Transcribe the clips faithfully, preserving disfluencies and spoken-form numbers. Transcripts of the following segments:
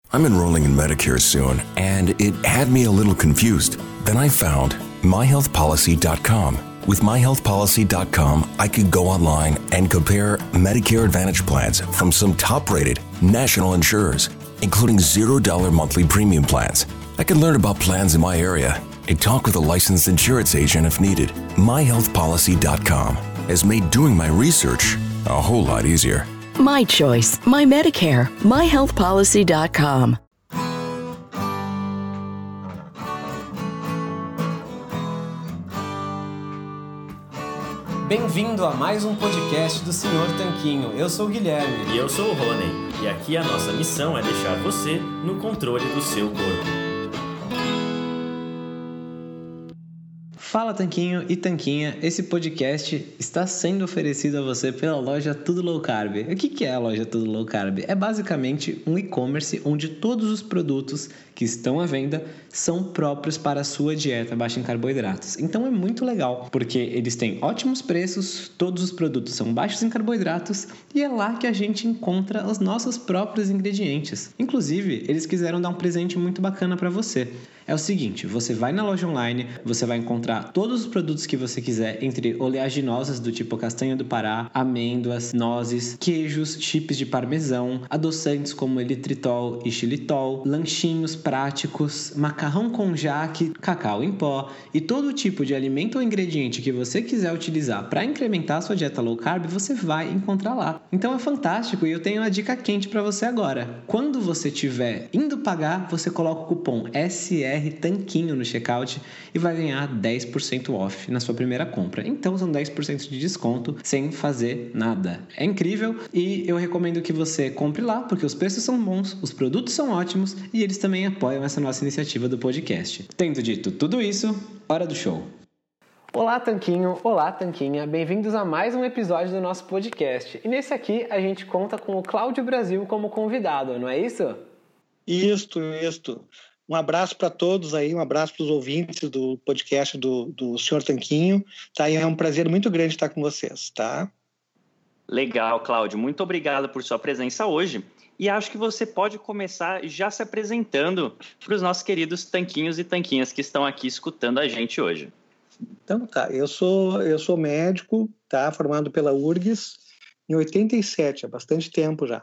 I'm enrolling in Medicare soon, and it had me a little confused. Then I found my health policy dot com. With my health policy dot com, I could go online and compare Medicare Advantage plans from some top-rated national insurers, including zero dollar monthly premium plans. I could learn about plans in my area and talk with a licensed insurance agent if needed. my health policy dot com has made doing my research a whole lot easier. My choice, my Medicare, my health policy dot com. Bem-vindo a mais um podcast do senhor Tanquinho. Eu sou o Guilherme. E eu sou o Rony. E aqui a nossa missão é deixar você no controle do seu corpo. Fala Tanquinho e Tanquinha, esse podcast está sendo oferecido a você pela loja Tudo Low Carb. O que é a loja Tudo Low Carb? É basicamente um e-commerce onde todos os produtos que estão à venda são próprios para a sua dieta baixa em carboidratos. Então é muito legal, porque eles têm ótimos preços, todos os produtos são baixos em carboidratos e é lá que a gente encontra os nossos próprios ingredientes. Inclusive, eles quiseram dar um presente muito bacana para você. É o seguinte, você vai na loja online, você vai encontrar todos os produtos que você quiser, entre oleaginosas do tipo castanha do Pará, amêndoas, nozes, queijos, chips de parmesão, adoçantes como eritritol e xilitol, lanchinhos práticos, macarrão com jaque, cacau em pó e todo tipo de alimento ou ingrediente que você quiser utilizar para incrementar a sua dieta low carb, você vai encontrar lá. Então é fantástico e eu tenho uma dica quente para você agora. Quando você estiver indo pagar, você coloca o cupom S R Tanquinho no checkout e vai ganhar dez por cento off na sua primeira compra. Então são dez por cento de desconto sem fazer nada. É incrível e eu recomendo que você compre lá porque os preços são bons, os produtos são ótimos e eles também apoiam essa nossa iniciativa do podcast. Tendo dito tudo isso, hora do show. Olá Tanquinho, olá Tanquinha, bem-vindos a mais um episódio do nosso podcast. E nesse aqui a gente conta com o Cláudio Brasil como convidado, não é isso? Isto, isto. Um abraço para todos aí, um abraço para os ouvintes do podcast do, do senhor Tanquinho. Tá? E é um prazer muito grande estar com vocês, tá? Legal, Cláudio. Muito obrigado por sua presença hoje. E acho que você pode começar já se apresentando para os nossos queridos tanquinhos e tanquinhas que estão aqui escutando a gente hoje. Então tá, eu sou, eu sou médico, tá? Formado pela U R G S em oitenta e sete, há bastante tempo já.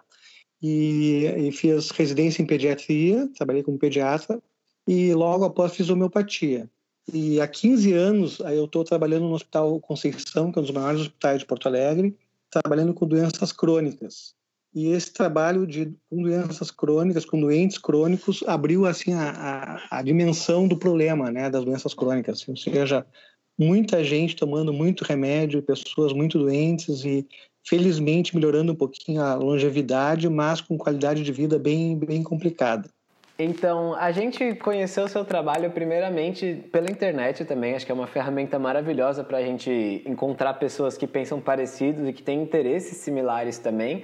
E, e fiz residência em pediatria, trabalhei como pediatra e logo após fiz homeopatia. E há quinze anos aí eu estou trabalhando no Hospital Conceição, que é um dos maiores hospitais de Porto Alegre, trabalhando com doenças crônicas. E esse trabalho de com doenças crônicas, com doentes crônicos, abriu assim a, a, a dimensão do problema, né, das doenças crônicas. Ou seja, muita gente tomando muito remédio, pessoas muito doentes e felizmente melhorando um pouquinho a longevidade, mas com qualidade de vida bem, bem complicada. Então, a gente conheceu o seu trabalho primeiramente pela internet também, acho que é uma ferramenta maravilhosa para a gente encontrar pessoas que pensam parecidos e que têm interesses similares também.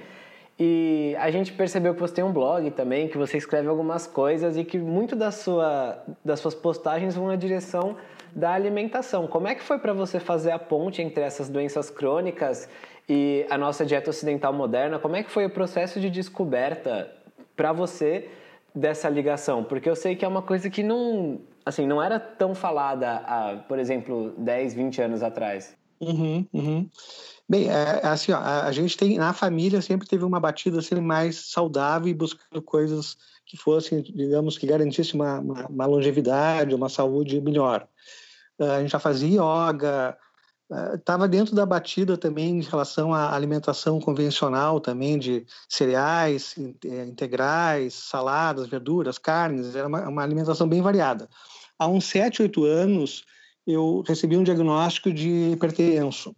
E a gente percebeu que você tem um blog também, que você escreve algumas coisas e que muito da sua, das suas postagens vão na direção da alimentação. Como é que foi para você fazer a ponte entre essas doenças crônicas e a nossa dieta ocidental moderna? Como é que foi o processo de descoberta para você dessa ligação? Porque eu sei que é uma coisa que não, assim, não era tão falada há, por exemplo, dez, vinte anos atrás. Uhum, uhum. Bem, é, assim, ó, a gente tem, na família sempre teve uma batida assim, mais saudável e buscando coisas que fossem, digamos, que garantissem uma, uma, uma longevidade, uma saúde melhor. A gente já fazia yoga, estava dentro da batida também em relação à alimentação convencional também, de cereais integrais, saladas, verduras, carnes, era uma, uma alimentação bem variada. Há uns sete, oito anos eu recebi um diagnóstico de hipertenso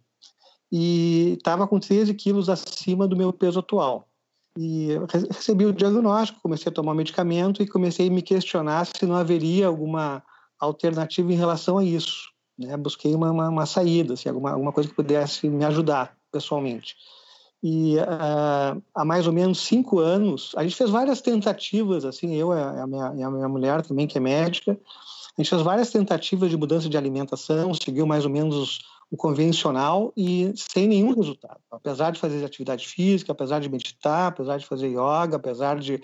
e estava com treze quilos acima do meu peso atual. E eu recebi o diagnóstico, comecei a tomar medicamento e comecei a me questionar se não haveria alguma alternativa em relação a isso. Né? Busquei uma, uma, uma saída, assim, alguma, alguma coisa que pudesse me ajudar pessoalmente. E uh, há mais ou menos cinco anos, a gente fez várias tentativas, assim, eu e a minha, a minha mulher também, que é médica, a gente fez várias tentativas de mudança de alimentação, seguiu mais ou menos o convencional e sem nenhum resultado. Apesar de fazer atividade física, apesar de meditar, apesar de fazer yoga, apesar de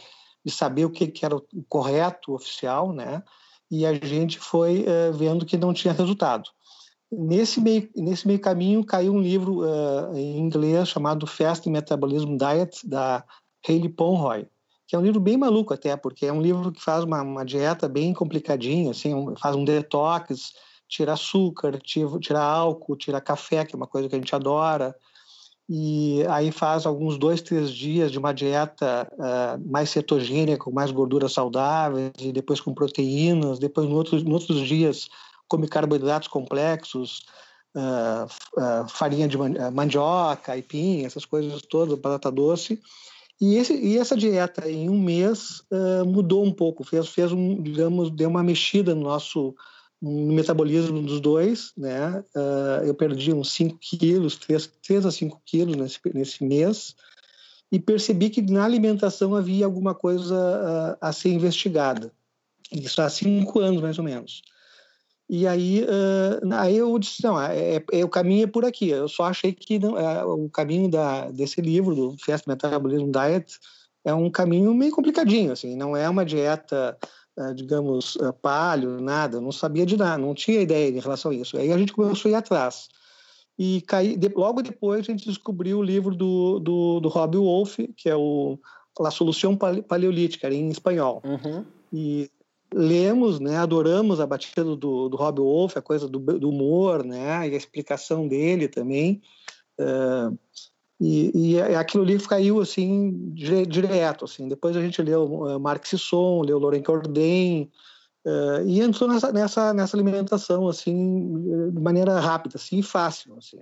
de saber o que, que era o correto, o oficial, né? E a gente foi uh, vendo que não tinha resultado. Nesse meio, nesse meio caminho caiu um livro uh, em inglês chamado Fast Metabolism Diet, da Hayley Pomeroy, que é um livro bem maluco até, porque é um livro que faz uma, uma dieta bem complicadinha, assim, um, faz um detox, tira açúcar, tira, tira álcool, tira café, que é uma coisa que a gente adora, e aí faz alguns dois, três dias de uma dieta uh, mais cetogênica, com mais gorduras saudáveis, e depois com proteínas, depois em outros, em outros dias come carboidratos complexos, uh, uh, farinha de mandioca, aipim, essas coisas todas, batata doce. E, esse, e essa dieta, em um mês, uh, mudou um pouco, fez, fez um, digamos, deu uma mexida no nosso no metabolismo dos dois, né? Uh, eu perdi uns cinco quilos, três a cinco quilos nesse, nesse mês, e percebi que na alimentação havia alguma coisa uh, a ser investigada. Isso há cinco anos, mais ou menos. E aí, uh, aí eu disse, não, é, é, o caminho é por aqui. Eu só achei que não, é, o caminho da, desse livro, do Fast Metabolism Diet, é um caminho meio complicadinho, assim, não é uma dieta, uh, digamos, uh, paleo, nada, eu não sabia de nada, não tinha ideia em relação a isso. Aí a gente começou a ir atrás. E caí, de, logo depois a gente descobriu o livro do, do, do Robb Wolf, que é o La Solución Paleolítica, em espanhol. Uhum. E lemos, né, adoramos a batida do, do Robb Wolf, a coisa do, do humor, né, e a explicação dele também. Uh, e, e aquilo ali caiu assim direto, assim. Depois a gente leu uh, Marc Sisson, leu Laurent Cordain, uh, e entrou nessa, nessa, nessa alimentação assim de maneira rápida, assim, e fácil, assim.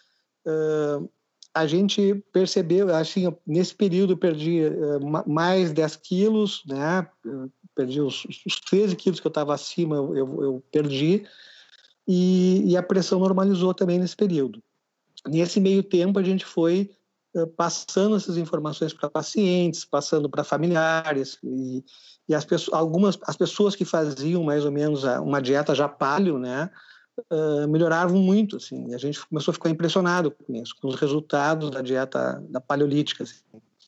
Uh, a gente percebeu, assim, nesse período eu perdi uh, mais dez quilos, né, perdi os, os treze quilos que eu estava acima, eu, eu perdi, e, e a pressão normalizou também nesse período. Nesse meio tempo, a gente foi uh, passando essas informações para pacientes, passando para familiares, e, e as pessoas, algumas, as pessoas que faziam mais ou menos uma dieta já paleo, né, uh, melhoravam muito, assim, e a gente começou a ficar impressionado com isso, com os resultados da dieta da paleolítica, assim.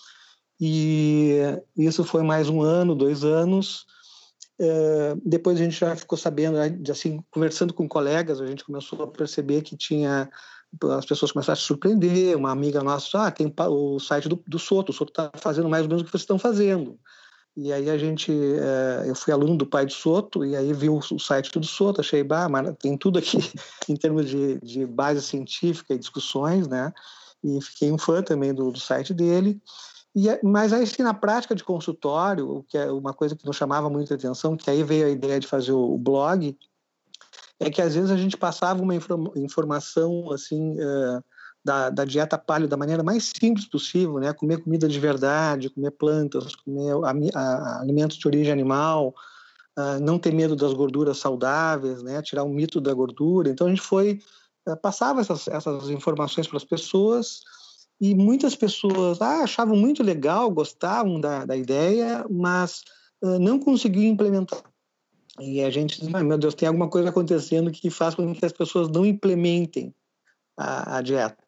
E isso foi mais um ano, dois anos. É, depois a gente já ficou sabendo, assim, conversando com colegas, a gente começou a perceber que tinha, as pessoas começaram a se surpreender. Uma amiga nossa, ah, tem o site do, do Soto, o Soto está fazendo mais ou menos o que vocês estão fazendo. E aí a gente, é, eu fui aluno do pai do Soto, e aí vi o, o site do Soto, achei, bah, mas tem tudo aqui em termos de, de base científica e discussões, né? E fiquei um fã também do, do site dele. E, mas aí, assim, na prática de consultório, o que é uma coisa que nos chamava muita atenção, que aí veio a ideia de fazer o, o blog, é que às vezes a gente passava uma inform, informação assim, uh, da, da dieta paleo da maneira mais simples possível, né? Comer comida de verdade, comer plantas, comer a, a, alimentos de origem animal, uh, não ter medo das gorduras saudáveis, né? Tirar o mito da gordura. Então a gente foi, uh, passava essas, essas informações para as pessoas. E muitas pessoas ah, achavam muito legal, gostavam da, da ideia, mas uh, não conseguiam implementar. E a gente diz, ah, meu Deus, tem alguma coisa acontecendo que faz com que as pessoas não implementem a, a dieta.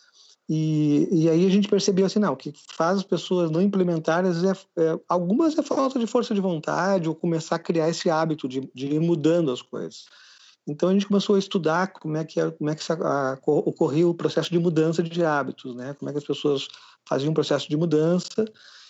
E, e aí a gente percebeu assim, não, o que faz as pessoas não implementarem, às vezes é, é, algumas é falta de força de vontade, ou começar a criar esse hábito de, de ir mudando as coisas. Então a gente começou a estudar como é que, como é que a, a, ocorria o processo de mudança de hábitos, né? Como é que as pessoas faziam um processo de mudança,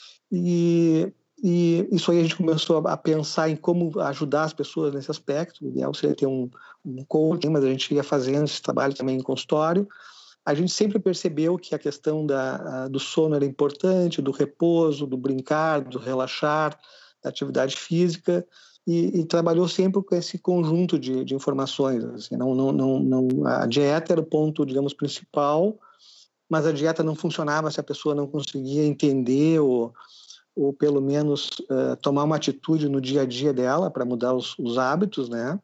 e, e isso aí a gente começou a, a pensar em como ajudar as pessoas nesse aspecto. O ideal seria ter um, um coaching, mas a gente ia fazendo esse trabalho também em consultório. A gente sempre percebeu que a questão da, a, do sono era importante, do repouso, do brincar, do relaxar, da atividade física. E, e trabalhou sempre com esse conjunto de, de informações. Assim, não, não, não, não, a dieta era o ponto, digamos, principal, mas a dieta não funcionava se a pessoa não conseguia entender ou, ou pelo menos, uh, tomar uma atitude no dia a dia dela para mudar os, os hábitos, né?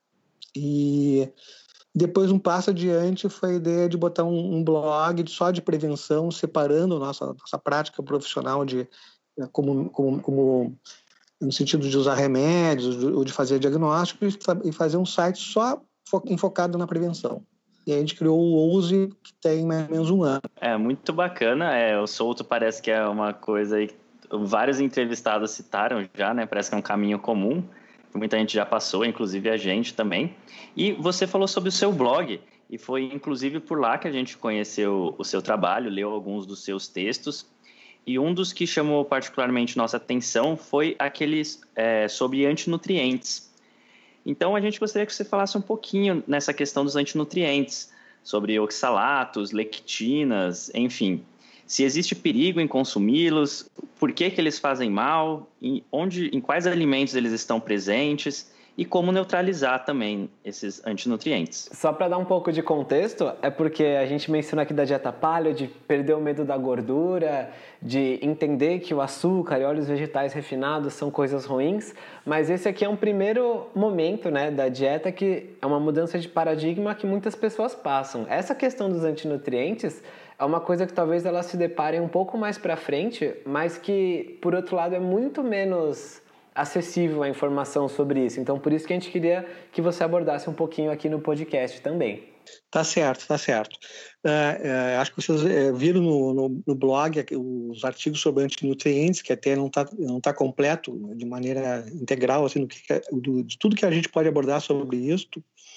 E depois, um passo adiante, foi a ideia de botar um, um blog só de prevenção, separando a nossa, nossa prática profissional de, como... como, como no sentido de usar remédios ou de fazer diagnóstico, e fazer um site só enfocado na prevenção. E aí a gente criou o Ouse, que tem mais ou menos um ano. É muito bacana. É, o Souto parece que é uma coisa aí vários entrevistados citaram já, né? Parece que é um caminho comum, que muita gente já passou, inclusive a gente também. E você falou sobre o seu blog, e foi inclusive por lá que a gente conheceu o seu trabalho, leu alguns dos seus textos, e um dos que chamou particularmente nossa atenção foi aqueles é, sobre antinutrientes. Então, a gente gostaria que você falasse um pouquinho nessa questão dos antinutrientes, sobre oxalatos, lectinas, enfim. Se existe perigo em consumi-los, por que que eles fazem mal, em, onde, em quais alimentos eles estão presentes e como neutralizar também esses antinutrientes. Só para dar um pouco de contexto, é porque a gente mencionou aqui da dieta paleo, de perder o medo da gordura, de entender que o açúcar e óleos vegetais refinados são coisas ruins, mas esse aqui é um primeiro momento, né, da dieta que é uma mudança de paradigma que muitas pessoas passam. Essa questão dos antinutrientes é uma coisa que talvez elas se deparem um pouco mais para frente, mas que, por outro lado, é muito menos acessível a informação sobre isso. Então, por isso que a gente queria que você abordasse um pouquinho aqui no podcast também. Tá certo, tá certo. É, é, acho que vocês é, viram no, no, no blog os artigos sobre antinutrientes, que até não está não tá completo de maneira integral, assim, do que, do, de tudo que a gente pode abordar sobre isso.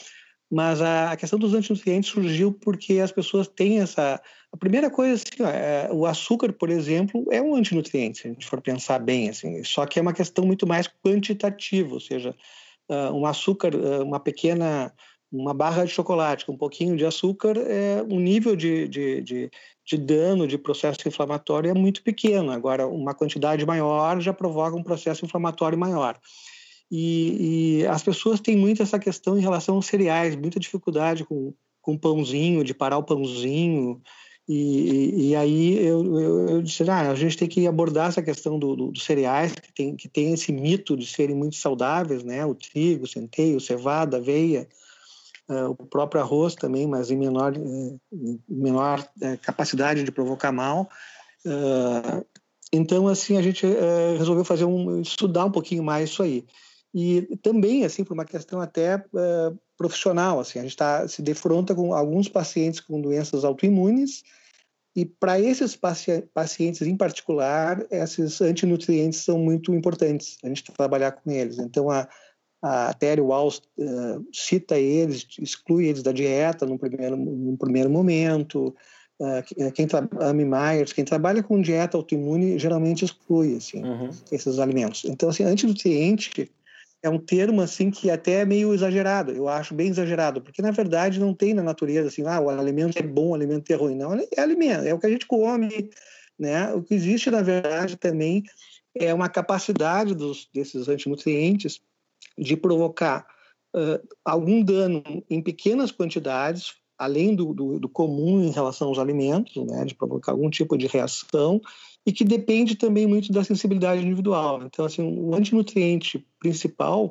Mas a, a questão dos antinutrientes surgiu porque as pessoas têm essa... A primeira coisa, assim, ó, é, o açúcar, por exemplo, é um antinutriente, se a gente for pensar bem, assim, só que é uma questão muito mais quantitativa, ou seja, uh, um açúcar, uh, uma pequena, uma barra de chocolate com um pouquinho de açúcar, é, um nível de, de, de, de dano, de processo inflamatório é muito pequeno. Agora, uma quantidade maior já provoca um processo inflamatório maior. E, e as pessoas têm muito essa questão em relação aos cereais, muita dificuldade com, com pãozinho, de parar o pãozinho. E, e aí eu, eu, eu disse, ah, a gente tem que abordar essa questão do, do, dos cereais, que tem, que tem esse mito de serem muito saudáveis, né? O trigo, o centeio, cevada, aveia, uh, o próprio arroz também, mas em menor, uh, menor uh, capacidade de provocar mal. Uh, então, assim, a gente uh, resolveu fazer um, estudar um pouquinho mais isso aí. E também, assim, por uma questão até uh, profissional, assim, a gente tá, se defronta com alguns pacientes com doenças autoimunes e para esses paci- pacientes em particular, esses antinutrientes são muito importantes, a gente trabalhar com eles. Então, a, a Terry Walls uh, cita eles, exclui eles da dieta num primeiro, num primeiro momento. Uh, quem tra- Amy Myers, quem trabalha com dieta autoimune, geralmente exclui, assim, uhum. esses alimentos. Então, assim, antinutriente é um termo assim que até é meio exagerado, eu acho bem exagerado, porque na verdade não tem na natureza assim, ah, o alimento é bom, o alimento é ruim, não, é alimento, é o que a gente come, né? O que existe na verdade também é uma capacidade dos, desses antinutrientes de provocar uh, algum dano em pequenas quantidades, além do, do, do comum em relação aos alimentos, né? De provocar algum tipo de reação, e que depende também muito da sensibilidade individual. Então, assim, o antinutriente principal,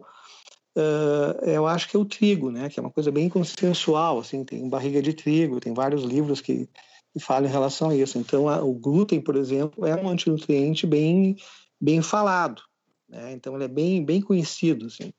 uh, eu acho que é o trigo, né? Que é uma coisa bem consensual, assim, tem barriga de trigo, tem vários livros que, que falam em relação a isso. Então, a, o glúten, por exemplo, é um antinutriente bem, bem falado, né? Então, ele é bem, bem conhecido, assim.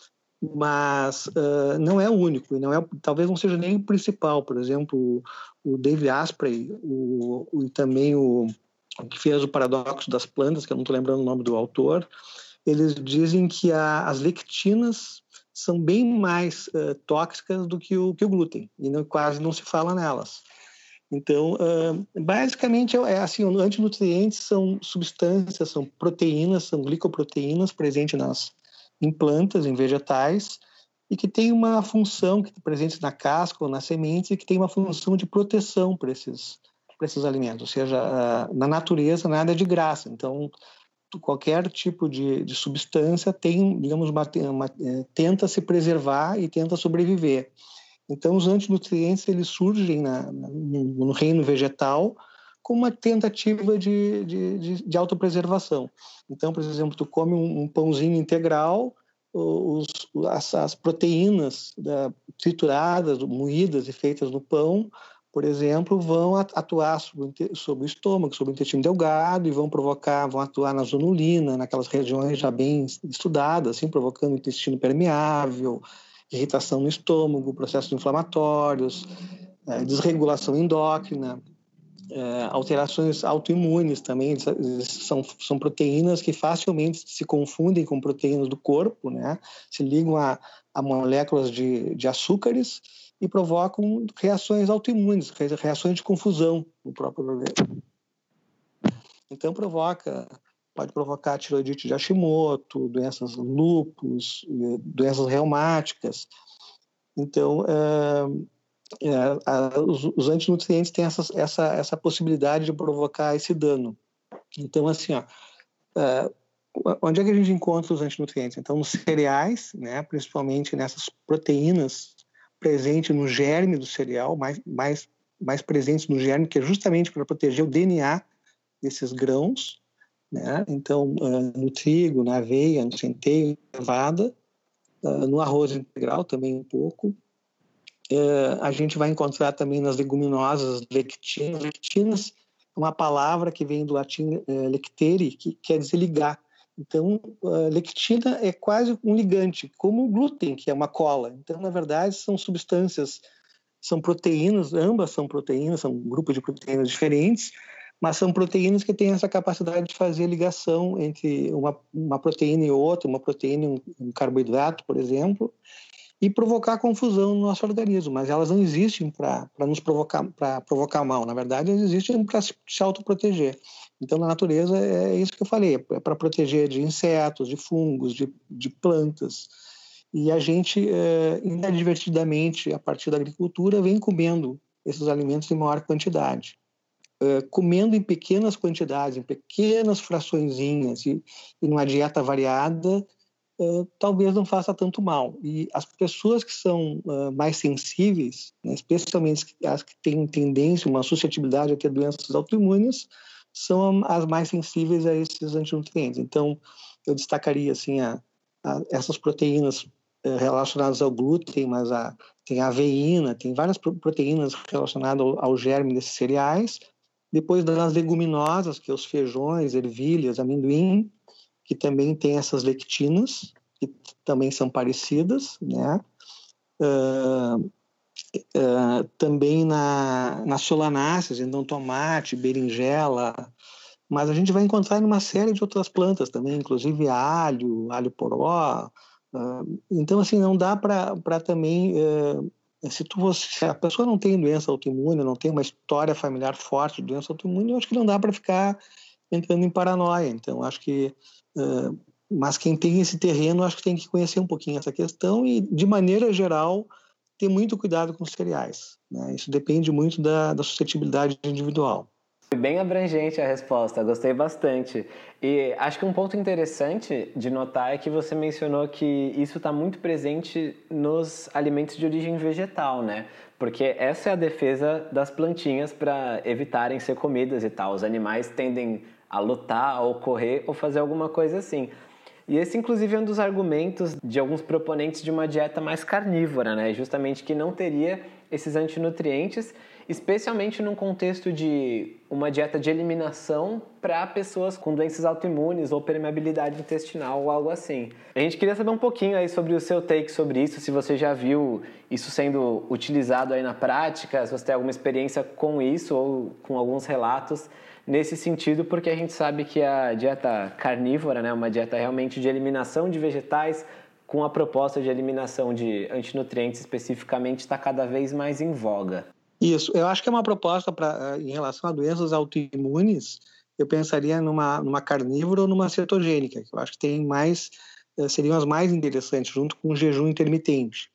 Mas uh, não é o único, não é, talvez não seja nem o principal. Por exemplo, o, o David Asprey, o, o, e também o que fez o Paradoxo das Plantas, que eu não estou lembrando o nome do autor, eles dizem que a, as lectinas são bem mais uh, tóxicas do que o, que o glúten, e não, quase não se fala nelas. Então, uh, basicamente, é assim, os antinutrientes são substâncias, são proteínas, são glicoproteínas presentes nas, em plantas, em vegetais, e que tem uma função, que presentes na casca ou nas sementes, e que tem uma função de proteção para esses para esses alimentos, ou seja, na natureza nada é de graça, então qualquer tipo de, de substância tem, digamos, uma, uma, tenta se preservar e tenta sobreviver. Então os antinutrientes eles surgem na, no reino vegetal como uma tentativa de, de, de, de autopreservação. Então, por exemplo, tu come um, um pãozinho integral, os, as, as proteínas da, trituradas, moídas e feitas no pão, por exemplo, vão atuar sobre, sobre o estômago, sobre o intestino delgado e vão provocar, vão atuar na zonulina, naquelas regiões já bem estudadas, assim, provocando intestino permeável, irritação no estômago, processos inflamatórios, é, desregulação endócrina. é, alterações autoimunes também, são, são proteínas que facilmente se confundem com proteínas do corpo, né? Se ligam a, a moléculas de, de açúcares e provocam reações autoimunes, reações de confusão no próprio organismo. Então provoca, pode provocar tiroidite de Hashimoto, doenças lúpus, doenças reumáticas. Então, é, É, os, os antinutrientes têm essa, essa, essa possibilidade de provocar esse dano. Então, assim, ó, é, onde é que a gente encontra os antinutrientes? Então, nos cereais, né, principalmente nessas proteínas presentes no germe do cereal, mais, mais, mais presentes no germe, que é justamente para proteger o D N A desses grãos, né? Então, é, no trigo, na aveia, no centeio, na cevada, é, no arroz integral também um pouco. É, a gente vai encontrar também nas leguminosas lectinas. Lectinas é uma palavra que vem do latim é, lectere, que quer dizer ligar. Então, a lectina é quase um ligante, como o glúten, que é uma cola. Então, na verdade, são substâncias, são proteínas, ambas são proteínas, são um grupo de proteínas diferentes, mas são proteínas que têm essa capacidade de fazer ligação entre uma, uma proteína e outra, uma proteína e um, um carboidrato, por exemplo, e provocar confusão no nosso organismo, mas elas não existem para nos provocar, para provocar mal. Na verdade, elas existem para se autoproteger. Então, na natureza, é isso que eu falei, é para proteger de insetos, de fungos, de, de plantas. E a gente, é, inadvertidamente, a partir da agricultura, vem comendo esses alimentos em maior quantidade. É, comendo em pequenas quantidades, em pequenas fraçõezinhas e, e numa dieta variada, Uh, talvez não faça tanto mal. E as pessoas que são uh, mais sensíveis, né, especialmente as que têm tendência, uma suscetibilidade a ter doenças autoimunes, são as mais sensíveis a esses antinutrientes. Então, eu destacaria assim, a, a, essas proteínas uh, relacionadas ao glúten, mas a, tem a aveína, tem várias proteínas relacionadas ao, ao germe desses cereais. Depois das leguminosas, que é os feijões, ervilhas, amendoim, que também tem essas lectinas, que também são parecidas, né? Uh, uh, também na, nas solanáceas, então tomate, berinjela, mas a gente vai encontrar em uma série de outras plantas também, inclusive alho, alho poró. Uh, então, assim, não dá para também... Uh, se, tu, se a pessoa não tem doença autoimune, não tem uma história familiar forte de doença autoimune, eu acho que não dá para ficar entrando em paranoia. Então, acho que Uh, mas quem tem esse terreno, acho que tem que conhecer um pouquinho essa questão e, de maneira geral, ter muito cuidado com os cereais, né? Isso depende muito da, da suscetibilidade individual. Foi bem abrangente a resposta, gostei bastante. E acho que um ponto interessante de notar é que você mencionou que isso está muito presente nos alimentos de origem vegetal, né? Porque essa é a defesa das plantinhas para evitarem ser comidas e tal. Os animais tendem a lutar, ou correr, ou fazer alguma coisa assim. E esse, inclusive, é um dos argumentos de alguns proponentes de uma dieta mais carnívora, né? Justamente que não teria esses antinutrientes, especialmente num contexto de uma dieta de eliminação para pessoas com doenças autoimunes ou permeabilidade intestinal ou algo assim. A gente queria saber um pouquinho aí sobre o seu take sobre isso, se você já viu isso sendo utilizado aí na prática, se você tem alguma experiência com isso ou com alguns relatos nesse sentido, porque a gente sabe que a dieta carnívora, né, é uma dieta realmente de eliminação de vegetais, com a proposta de eliminação de antinutrientes especificamente, está cada vez mais em voga. Isso, eu acho que é uma proposta pra, em relação a doenças autoimunes, eu pensaria numa, numa carnívora ou numa cetogênica, que eu acho que tem mais, seriam as mais interessantes, junto com o jejum intermitente.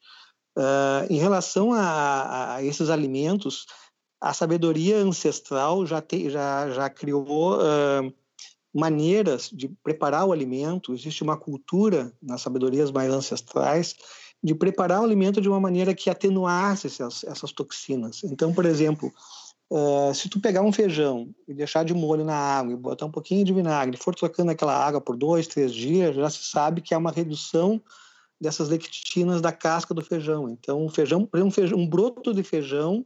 Uh, em relação a, a esses alimentos, a sabedoria ancestral já, te, já, já criou uh, maneiras de preparar o alimento. Existe uma cultura nas sabedorias mais ancestrais de preparar o alimento de uma maneira que atenuasse essas, essas toxinas. Então, por exemplo, uh, se tu pegar um feijão e deixar de molho na água e botar um pouquinho de vinagre, for trocando aquela água por dois, três dias, já se sabe que há uma redução dessas lectinas da casca do feijão. Então, um, feijão, um, feijão, um broto de feijão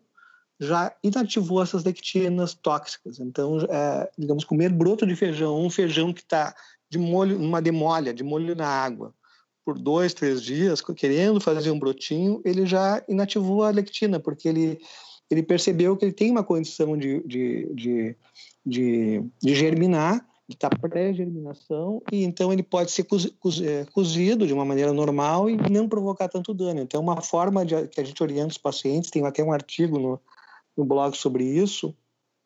já inativou essas lectinas tóxicas. Então, é, digamos, comer broto de feijão, um feijão que está de molho, numa demolha, de molho na água, por dois, três dias, querendo fazer um brotinho, ele já inativou a lectina, porque ele, ele percebeu que ele tem uma condição de, de, de, de, de germinar, de estar pré-germinação, e então ele pode ser cozido de uma maneira normal e não provocar tanto dano. Então, uma forma de, que a gente orienta os pacientes, tem até um artigo no, no blog sobre isso,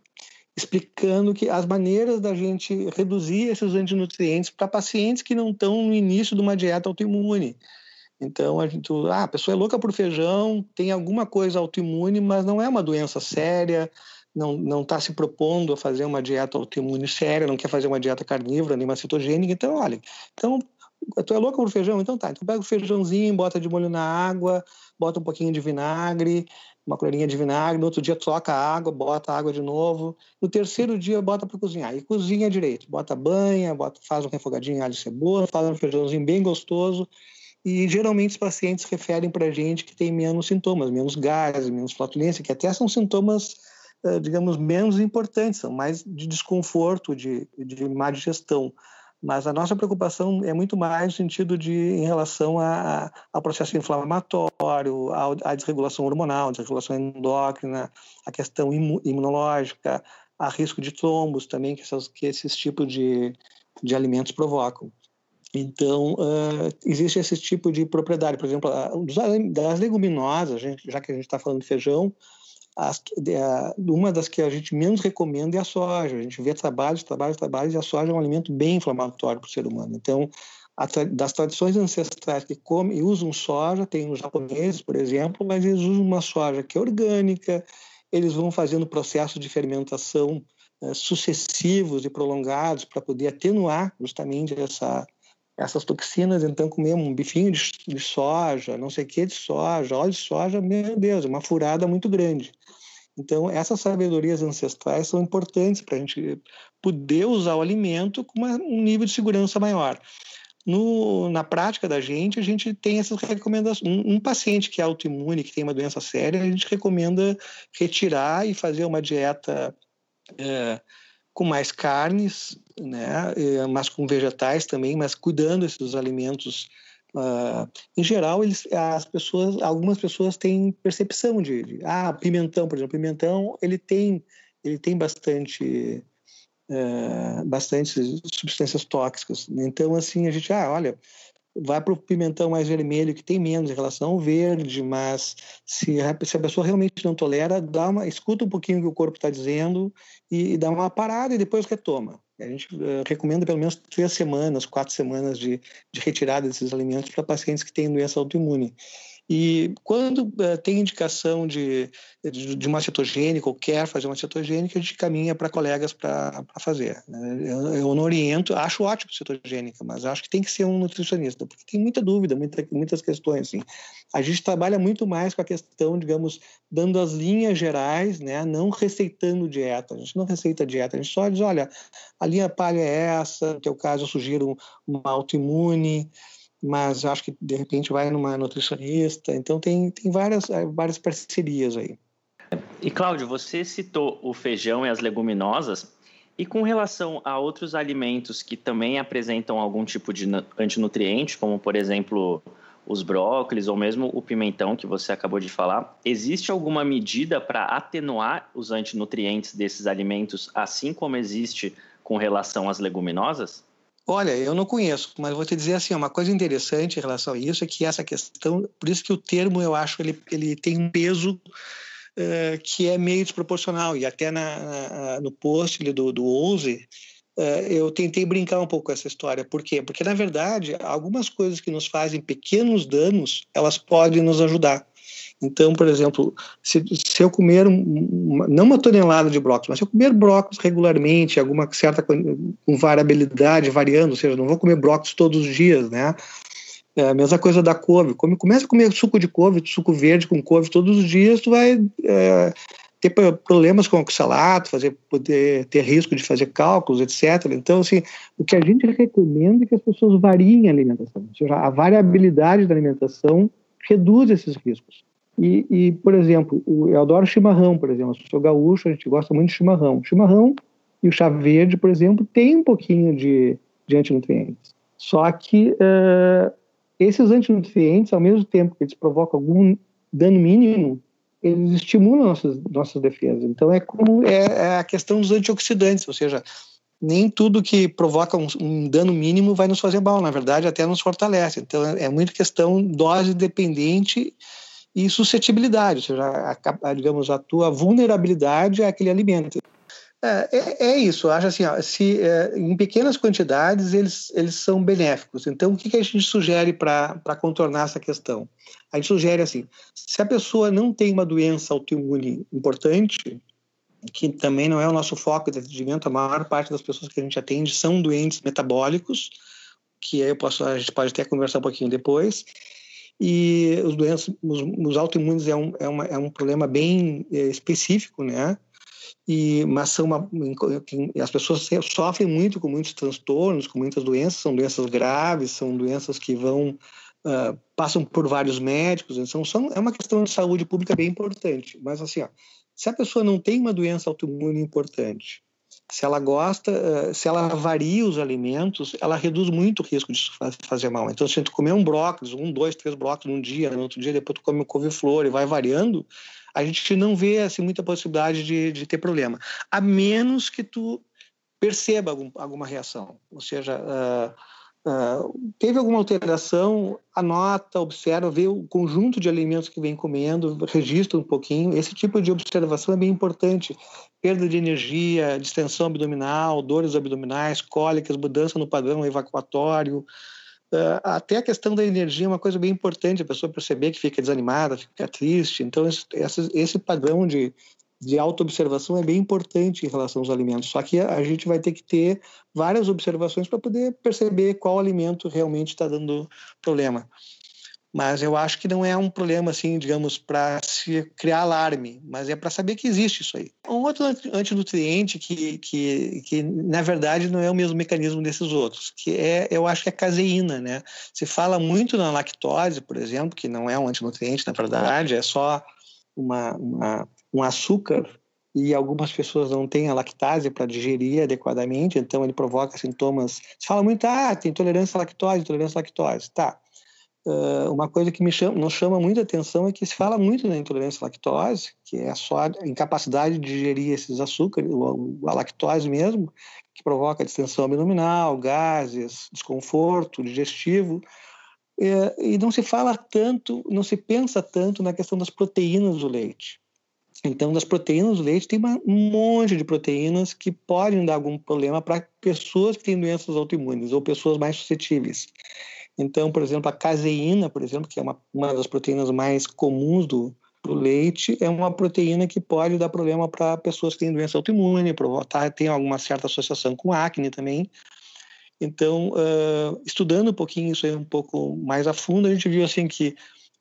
explicando que as maneiras da gente reduzir esses antinutrientes para pacientes que não estão no início de uma dieta autoimune. Então, a, gente, ah, a pessoa é louca por feijão, tem alguma coisa autoimune, mas não é uma doença séria, não está se propondo a fazer uma dieta autoimune séria, não quer fazer uma dieta carnívora, nem uma cetogênica. Então, olha, então, tu é louca por feijão? Então tá, então pega o feijãozinho, bota de molho na água, bota um pouquinho de vinagre, uma colherinha de vinagre, no outro dia troca a água, bota a água de novo, no terceiro dia bota para cozinhar, e cozinha direito, bota banha, bota, faz um refogadinho alho e cebola, faz um feijãozinho bem gostoso, e geralmente os pacientes referem para a gente que tem menos sintomas, menos gases, menos flatulência, que até são sintomas, digamos, menos importantes, são mais de desconforto, de, de má digestão. Mas a nossa preocupação é muito mais no sentido de, em relação a, ao processo inflamatório, à desregulação hormonal, desregulação endócrina, a questão imunológica, a risco de trombos também, que, essas, que esses tipos de, de alimentos provocam. Então, uh, existe esse tipo de propriedade. Por exemplo, das leguminosas, já que a gente está falando de feijão, As, uma das que a gente menos recomenda é a soja. A gente vê trabalhos, trabalhos, trabalhos, e a soja é um alimento bem inflamatório para o ser humano. Então, a, das tradições ancestrais que comem e usam soja, tem os japoneses, por exemplo, mas eles usam uma soja que é orgânica, eles vão fazendo processos de fermentação eh, sucessivos e prolongados para poder atenuar justamente essa, essas toxinas. Então, comer um bifinho de, de soja, não sei o que de soja, óleo de soja, meu Deus, é uma furada muito grande. Então, essas sabedorias ancestrais são importantes para a gente poder usar o alimento com uma, um nível de segurança maior. No, na prática da gente, a gente tem essas recomendações. Um, um paciente que é autoimune, que tem uma doença séria, a gente recomenda retirar e fazer uma dieta é, com mais carnes, né, mas com vegetais também, mas cuidando desses alimentos. Uh, em geral, eles, as pessoas, algumas pessoas têm percepção de, de ah, pimentão, por exemplo, pimentão, ele tem, ele tem bastante, uh, bastante substâncias tóxicas. Então, assim, a gente, ah, olha, vai para o pimentão mais vermelho, que tem menos em relação ao verde, mas se a, se a pessoa realmente não tolera, dá uma, escuta um pouquinho o que o corpo está dizendo e, e dá uma parada e depois retoma. A gente uh, recomenda pelo menos três semanas, quatro semanas de, de retirada desses alimentos para pacientes que têm doença autoimune. E quando uh, tem indicação de, de, de uma cetogênica ou quer fazer uma cetogênica, a gente caminha para colegas para fazer. Eu, eu não oriento, acho ótimo cetogênica, mas acho que tem que ser um nutricionista, porque tem muita dúvida, muita, muitas questões. Assim. A gente trabalha muito mais com a questão, digamos, dando as linhas gerais, né? Não receitando dieta. A gente não receita dieta, a gente só diz, olha, a linha palha é essa, no teu caso eu sugiro uma autoimune, mas acho que de repente vai numa nutricionista. Então tem, tem várias, várias parcerias aí. E Cláudio, você citou o feijão e as leguminosas, e com relação a outros alimentos que também apresentam algum tipo de antinutriente, como por exemplo os brócolis ou mesmo o pimentão que você acabou de falar, existe alguma medida para atenuar os antinutrientes desses alimentos, assim como existe com relação às leguminosas? Olha, eu não conheço, mas vou te dizer assim, uma coisa interessante em relação a isso é que essa questão, por isso que o termo, eu acho, ele, ele tem um peso uh, que é meio desproporcional, e até na, na, no post do, do Ouse, uh, eu tentei brincar um pouco com essa história. Por quê? Porque, na verdade, algumas coisas que nos fazem pequenos danos, elas podem nos ajudar. Então, por exemplo, se, se eu comer, uma, não uma tonelada de brócolis, mas se eu comer brócolis regularmente, alguma certa com variabilidade, variando, ou seja, não vou comer brócolis todos os dias, né? É a mesma coisa da couve. Come, começa a comer suco de couve, suco verde com couve todos os dias, tu vai é, ter problemas com o oxalato, fazer, poder ter risco de fazer cálculos, etcétera. Então, assim, o que a gente recomenda é que as pessoas variem a alimentação. Ou seja, a variabilidade da alimentação reduz esses riscos. E, e, por exemplo, eu adoro chimarrão, por exemplo. Eu sou gaúcho, a gente gosta muito de chimarrão. Chimarrão e o chá verde, por exemplo, tem um pouquinho de, de antinutrientes. Só que uh, esses antinutrientes, ao mesmo tempo que eles provocam algum dano mínimo, eles estimulam nossas, nossas defesas. Então, é como é, é a questão dos antioxidantes, ou seja, nem tudo que provoca um, um dano mínimo vai nos fazer mal, na verdade, até nos fortalece. Então, é, é muito questão dose dependente e suscetibilidade, ou seja, a, a, digamos, a tua vulnerabilidade àquele alimento. É, é, é isso, eu acho assim, ó, se, é, em pequenas quantidades eles, eles são benéficos. Então, o que, que a gente sugere para contornar essa questão? A gente sugere assim, se a pessoa não tem uma doença autoimune importante, que também não é o nosso foco de atendimento, a maior parte das pessoas que a gente atende são doentes metabólicos, que aí eu posso, a gente pode até conversar um pouquinho depois, e os doenças, os, os autoimunes é um, é, uma, é um problema bem é, específico, né? E, mas são uma, as pessoas sofrem muito com muitos transtornos, com muitas doenças, são doenças graves, são doenças que vão uh, passam por vários médicos, então são, é uma questão de saúde pública bem importante. Mas assim, ó, se a pessoa não tem uma doença autoimune importante, se ela gosta, uh, se ela varia os alimentos, ela reduz muito o risco de fazer mal. Então, se tu comer um brócolis, um, dois, três brócolis num dia, no outro dia depois tu come um couve-flor e vai variando, a gente não vê assim, muita possibilidade de, de ter problema, a menos que tu perceba algum, alguma reação, ou seja, uh, uh, teve alguma alteração, anota, observa, vê o conjunto de alimentos que vem comendo, registra um pouquinho, esse tipo de observação é bem importante, perda de energia, distensão abdominal, dores abdominais, cólicas, mudança no padrão evacuatório. Uh, até a questão da energia é uma coisa bem importante, a pessoa perceber que fica desanimada, fica triste. Então, esse, esse padrão de, de auto-observação é bem importante em relação aos alimentos. Só que a, a gente vai ter que ter várias observações para poder perceber qual alimento realmente está dando problema. Mas eu acho que não é um problema, assim, digamos, para se criar alarme, mas é para saber que existe isso aí. Um outro antinutriente que, que, que, na verdade, não é o mesmo mecanismo desses outros, que é, eu acho que é a caseína, né? Se fala muito na lactose, por exemplo, que não é um antinutriente, na verdade, é só uma, uma, um açúcar, e algumas pessoas não têm a lactase para digerir adequadamente, então ele provoca sintomas. Se fala muito, ah, tem intolerância à lactose, intolerância à lactose, tá. Uh, uma coisa que me chama, nos chama muita atenção é que se fala muito na intolerância à lactose, que é só a incapacidade de digerir esses açúcares, a lactose mesmo, que provoca distensão abdominal, gases, desconforto digestivo, é, e não se fala tanto, não se pensa tanto na questão das proteínas do leite. Então, das proteínas do leite, tem uma, um monte de proteínas que podem dar algum problema para pessoas que têm doenças autoimunes ou pessoas mais suscetíveis. Então, por exemplo, a caseína, por exemplo, que é uma, uma das proteínas mais comuns do, do leite, é uma proteína que pode dar problema para pessoas que têm doença autoimune, provocar, tem alguma certa associação com acne também. Então, uh, estudando um pouquinho isso aí um pouco mais a fundo, a gente viu assim que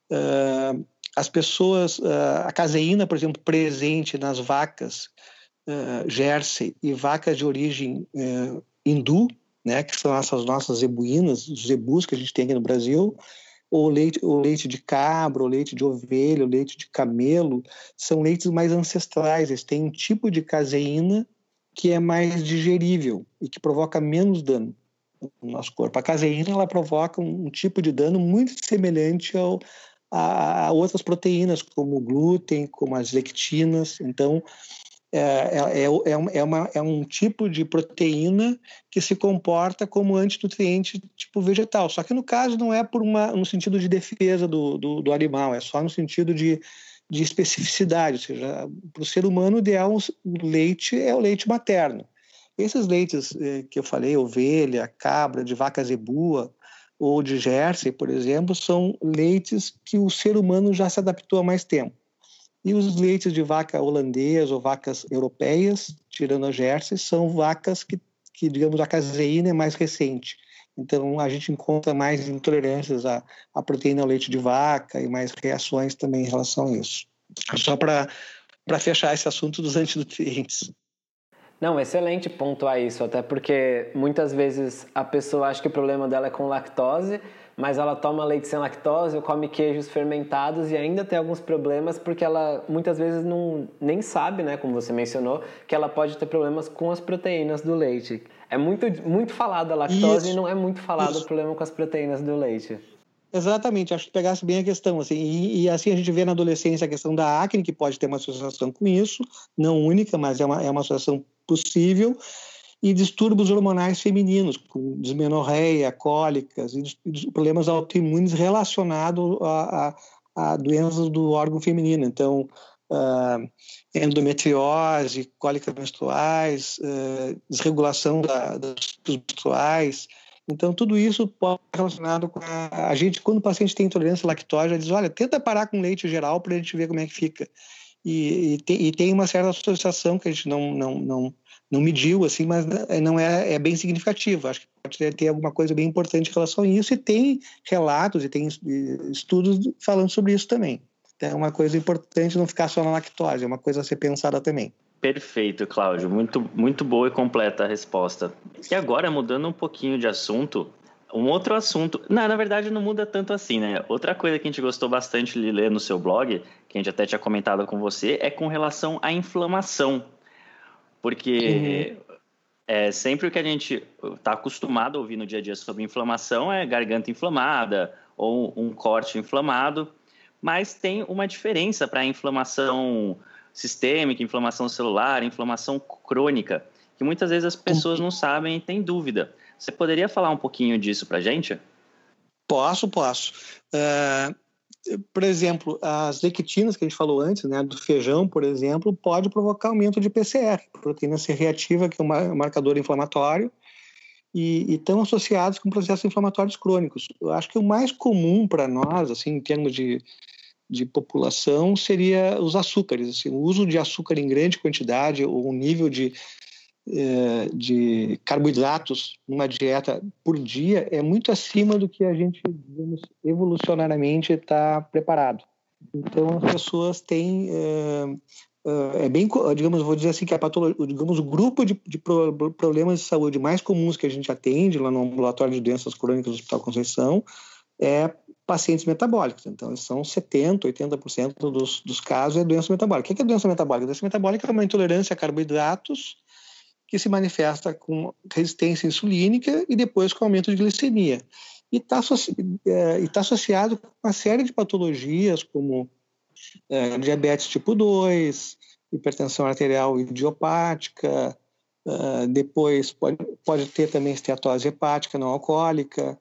uh, as pessoas, uh, a caseína, por exemplo, presente nas vacas uh, Jersey e vacas de origem uh, hindu, né, que são essas nossas zebuínas, os zebus que a gente tem aqui no Brasil, ou leite, ou leite de cabra, ou leite de ovelha, ou leite de camelo, são leites mais ancestrais, eles têm um tipo de caseína que é mais digerível e que provoca menos dano no nosso corpo. A caseína, ela provoca um, um tipo de dano muito semelhante ao, a, a outras proteínas, como o glúten, como as lectinas. Então, É, é, é, uma, é um tipo de proteína que se comporta como antinutriente tipo vegetal, só que no caso não é por uma, no sentido de defesa do, do, do animal, é só no sentido de, de especificidade, ou seja, para o ser humano o ideal o leite é o leite materno. Esses leites eh, que eu falei, ovelha, cabra, de vaca zebua ou de Jersey, por exemplo, são leites que o ser humano já se adaptou há mais tempo. E os leites de vaca holandesa ou vacas europeias, tirando a Jersey, são vacas que, que, digamos, a caseína é mais recente. Então, a gente encontra mais intolerâncias à, à proteína ao leite de vaca e mais reações também em relação a isso. Só para fechar esse assunto dos antinutrientes. Não, excelente pontuar isso, até porque muitas vezes a pessoa acha que o problema dela é com lactose, mas ela toma leite sem lactose ou come queijos fermentados e ainda tem alguns problemas porque ela muitas vezes não, nem sabe, né, como você mencionou, que ela pode ter problemas com as proteínas do leite. É muito, muito falado a lactose isso, e não é muito falado isso. O problema com as proteínas do leite. Exatamente, acho que pegasse bem a questão, assim, e, e assim a gente vê na adolescência a questão da acne, que pode ter uma associação com isso, não única, mas é uma, é uma associação possível, e distúrbios hormonais femininos, com dismenorreia, cólicas, e, e problemas autoimunes relacionados a, a, a doenças do órgão feminino, então, uh, endometriose, cólicas menstruais, uh, desregulação da, dos menstruais. Então, tudo isso pode estar relacionado com a, a gente, quando o paciente tem intolerância à lactose, já diz, olha, tenta parar com leite geral para a gente ver como é que fica. E, e, tem, e tem uma certa associação que a gente não, não, não, não mediu, assim, mas não é, é bem significativa. Acho que pode ter, ter alguma coisa bem importante em relação a isso, e tem relatos e tem estudos falando sobre isso também. Então, é uma coisa importante não ficar só na lactose, é uma coisa a ser pensada também. Perfeito, Cláudio. Muito, muito boa e completa a resposta. E agora, mudando um pouquinho de assunto, um outro assunto... Não, na verdade, não muda tanto assim, né? Outra coisa que a gente gostou bastante de ler no seu blog, que a gente até tinha comentado com você, é com relação à inflamação. Porque uhum. é, sempre o que a gente está acostumado a ouvir no dia a dia sobre inflamação é garganta inflamada ou um corte inflamado, mas tem uma diferença para a inflamação sistêmica, inflamação celular, inflamação crônica, que muitas vezes as pessoas não sabem e têm dúvida. Você poderia falar um pouquinho disso para a gente? Posso, posso. Uh, por exemplo, as lectinas que a gente falou antes, né, do feijão, por exemplo, pode provocar aumento de P C R, proteína C reativa, que é um marcador inflamatório, e, e estão associados com processos inflamatórios crônicos. Eu acho que o mais comum para nós, assim, em termos de de população, seria os açúcares. Assim, o uso de açúcar em grande quantidade ou um nível de, eh, de carboidratos numa dieta por dia é muito acima do que a gente, digamos, evolucionariamente está preparado. Então, as pessoas têm... Eh, eh, é bem, digamos, vou dizer assim, que a patologia, digamos, o grupo de, de problemas de saúde mais comuns que a gente atende lá no ambulatório de doenças crônicas do Hospital Conceição é pacientes metabólicos. Então, são setenta por cento, oitenta por cento dos, dos casos é doença metabólica. O que é doença metabólica? A doença metabólica é uma intolerância a carboidratos que se manifesta com resistência insulínica e depois com aumento de glicemia. E está associ... é, tá associado com uma série de patologias como é, diabetes tipo dois, hipertensão arterial idiopática, é, depois pode, pode ter também esteatose hepática não alcoólica,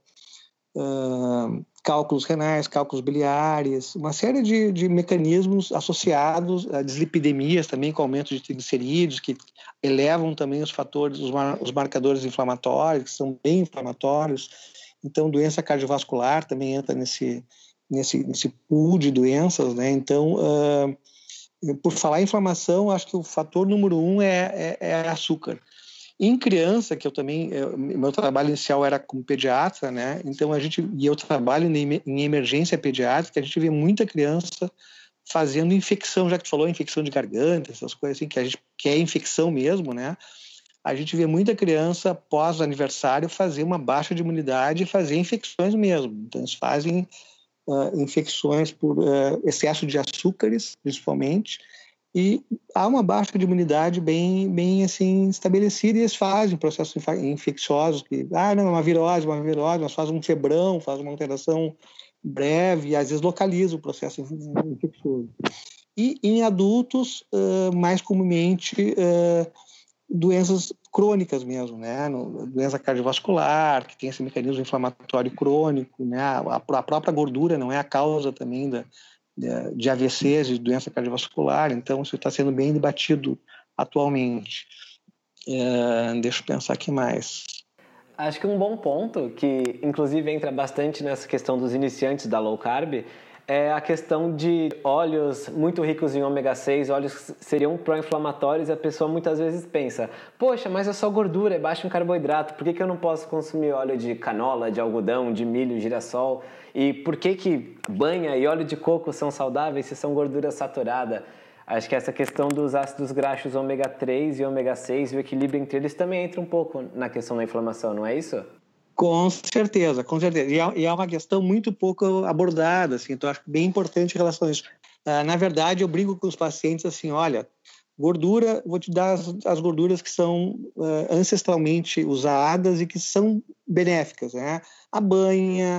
Uh, cálculos renais, cálculos biliares, uma série de, de mecanismos associados a dislipidemias também com aumento de triglicerídeos, que elevam também os fatores, os, mar, os marcadores inflamatórios, que são bem inflamatórios. Então, doença cardiovascular também entra nesse, nesse, nesse pool de doenças, né? Então, uh, por falar em inflamação, acho que o fator número um é, é, é açúcar. Em criança, que eu também, eu, meu trabalho inicial era como pediatra, né? Então a gente, e eu trabalho em, em emergência pediátrica, a gente vê muita criança fazendo infecção, já que tu falou infecção de garganta, essas coisas assim, que a gente que é infecção mesmo, né? A gente vê muita criança pós aniversário fazer uma baixa de imunidade e fazer infecções mesmo. Então eles fazem uh, infecções por uh, excesso de açúcares, principalmente. E há uma baixa de imunidade bem, bem assim, estabelecida, e eles fazem processos infecciosos, que, ah, não, é uma virose, uma virose, mas faz um febrão, faz uma alteração breve, e às vezes localiza o processo infeccioso. E em adultos, uh, mais comumente, uh, doenças crônicas mesmo, né? Doença cardiovascular, que tem esse mecanismo inflamatório crônico, né? A, a própria gordura não é a causa também da de A V Cs, de doença cardiovascular, então isso está sendo bem debatido atualmente. É, deixa eu pensar aqui mais. Acho que um bom ponto, que inclusive entra bastante nessa questão dos iniciantes da low carb, é a questão de óleos muito ricos em ômega seis, óleos que seriam pró-inflamatórios, e a pessoa muitas vezes pensa, poxa, mas é só gordura, é baixo em carboidrato, por que, que eu não posso consumir óleo de canola, de algodão, de milho, girassol? E por que que banha e óleo de coco são saudáveis se são gordura saturada? Acho que essa questão dos ácidos graxos ômega três e ômega seis e o equilíbrio entre eles também entra um pouco na questão da inflamação, não é isso? Com certeza, com certeza. E é, e é uma questão muito pouco abordada, assim, então acho bem importante em relação a isso. Uh, na verdade, eu brigo com os pacientes assim, olha, gordura, vou te dar as, as gorduras que são uh, ancestralmente usadas e que são benéficas, né? A banha,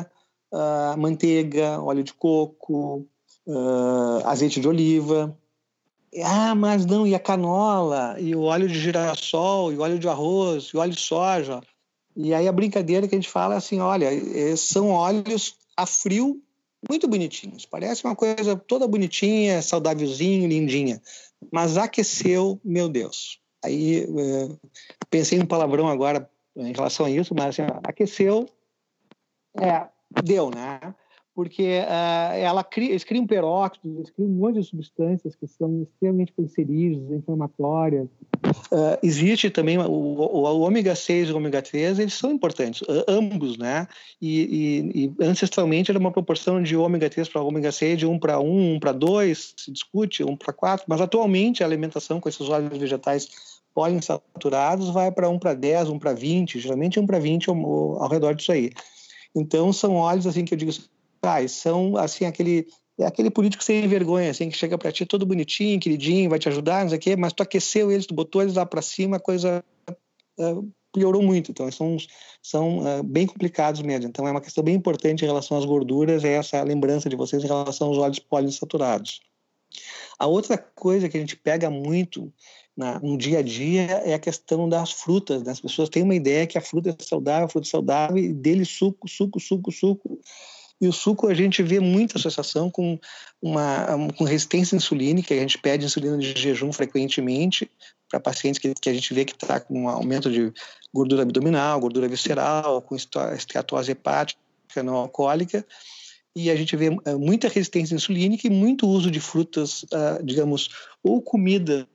uh, manteiga, óleo de coco, uh, azeite de oliva. Ah, mas não, e a canola, e o óleo de girassol, e o óleo de arroz, e o óleo de soja. E aí a brincadeira que a gente fala é assim, olha, são óleos a frio muito bonitinhos. Parece uma coisa toda bonitinha, saudávelzinho, lindinha. Mas aqueceu, meu Deus. Aí é, pensei em um palavrão agora em relação a isso, mas assim, aqueceu, é, deu, né? Porque uh, ela cria, eles criam peróxidos, eles criam um monte de substâncias que são extremamente cancerígenas, inflamatórias. Uh, existe também o, o, o ômega seis e o ômega três, eles são importantes, uh, ambos, né? E, e, e ancestralmente era uma proporção de ômega três para ômega seis de um para um, um para dois, se discute, um para quatro, mas atualmente a alimentação com esses óleos vegetais poliinsaturados vai para um para dez, um para vinte, geralmente um para vinte ao, ao redor disso aí. Então são óleos assim que eu digo, ah, são assim aquele é aquele político sem vergonha, assim, que chega para ti todo bonitinho, queridinho, vai te ajudar, não sei o quê, mas tu aqueceu eles, tu botou eles lá para cima, a coisa uh, piorou muito. Então, são, são uh, bem complicados mesmo. Então, é uma questão bem importante em relação às gorduras, é essa lembrança de vocês em relação aos óleos poliinsaturados. A outra coisa que a gente pega muito na, no dia a dia é a questão das frutas, né? As pessoas têm uma ideia que a fruta é saudável, a fruta é saudável, e dele suco, suco, suco, suco. E o suco a gente vê muita associação com, uma, com resistência insulínica, a gente pede insulina de jejum frequentemente para pacientes que, que a gente vê que está com um aumento de gordura abdominal, gordura visceral, com esteatose hepática não alcoólica, e a gente vê muita resistência insulínica e muito uso de frutas, digamos, ou comida,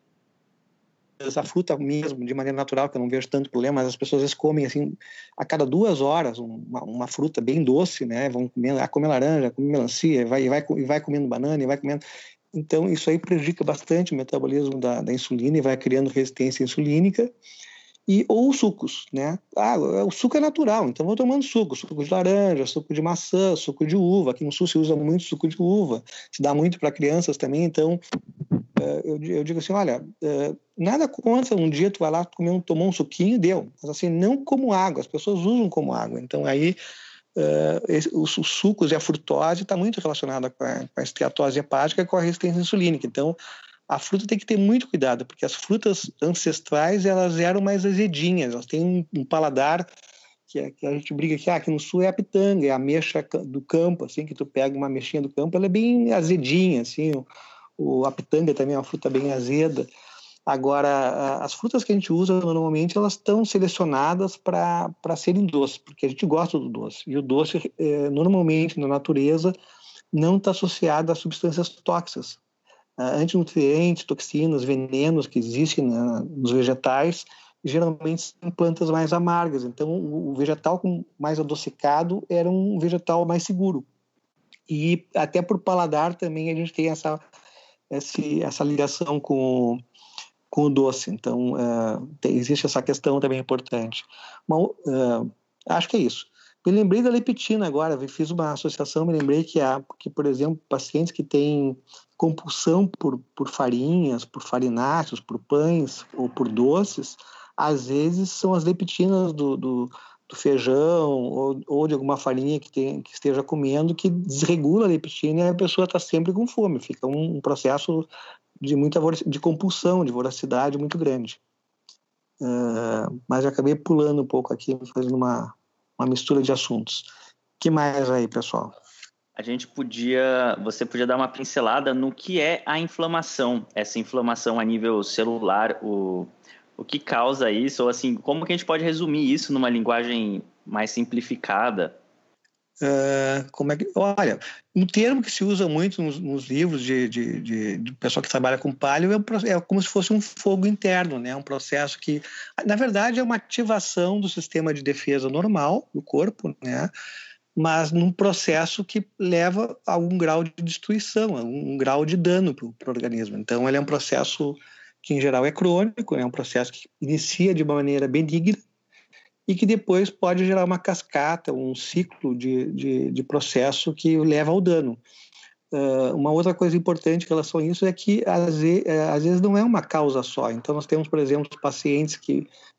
a fruta mesmo, de maneira natural, que eu não vejo tanto problema, mas as pessoas às vezes comem assim, a cada duas horas, uma, uma fruta bem doce, né? Vão comendo, ah, come laranja, come melancia, e vai, e vai, e vai comendo banana, e vai comendo... Então, isso aí prejudica bastante o metabolismo da, da insulina e vai criando resistência insulínica. E, ou sucos, né? Ah, o suco é natural, então vou tomando suco, suco de laranja, suco de maçã, suco de uva. Aqui no sul se usa muito suco de uva, se dá muito para crianças também, então eu, eu digo assim, olha, nada contra um dia tu vai lá comer um, tomar um suquinho, deu, mas assim, não como água, as pessoas usam como água, então aí uh, os, os sucos e a frutose está muito relacionada com a, com a esteatose hepática e com a resistência insulínica, então a fruta tem que ter muito cuidado, porque as frutas ancestrais, elas eram mais azedinhas, elas têm um, um paladar que, é, que a gente briga aqui, ah, aqui no sul é a pitanga, é a ameixa do campo, assim, que tu pega uma ameixinha do campo, ela é bem azedinha, assim, o, o, a pitanga também é uma fruta bem azeda. Agora, as frutas que a gente usa normalmente, elas estão selecionadas para serem doces, porque a gente gosta do doce, e o doce, é, normalmente, na natureza, não está associado a substâncias tóxicas. Antinutrientes, toxinas, venenos que existem, né, nos vegetais, geralmente são plantas mais amargas. Então, o vegetal mais adocicado era um vegetal mais seguro. E até por paladar também a gente tem essa, esse, essa ligação com, com o doce. Então, uh, tem, existe essa questão também importante. Mas, uh, acho que é isso. Me lembrei da leptina agora, fiz uma associação, me lembrei que, há, que por exemplo, pacientes que têm compulsão por, por farinhas, por farináceos, por pães ou por doces, às vezes são as leptinas do, do, do feijão ou, ou de alguma farinha que, tem, que esteja comendo que desregula a leptina e a pessoa está sempre com fome. Fica um, um processo de muita de compulsão, de voracidade muito grande. Uh, mas eu acabei pulando um pouco aqui, fazendo uma... uma mistura de assuntos. O que mais aí, pessoal? A gente podia, você podia dar uma pincelada no que é a inflamação, essa inflamação a nível celular, o, o que causa isso, ou assim, como que a gente pode resumir isso numa linguagem mais simplificada? Uh, como é que, olha, um termo que se usa muito nos, nos livros de, de, de, de pessoal que trabalha com paleo é, um, é como se fosse um fogo interno, né? Um processo que, na verdade, é uma ativação do sistema de defesa normal do corpo, né? Mas num processo que leva a algum grau de destruição, a um grau de dano para o organismo. Então, ele é um processo que, em geral, é crônico, é um processo que inicia de uma maneira benigna e que depois pode gerar uma cascata, um ciclo de, de, de processo que leva ao dano. Uh, uma outra coisa importante em relação a isso é que, às vezes, às vezes, não é uma causa só. Então, nós temos, por exemplo, pacientes que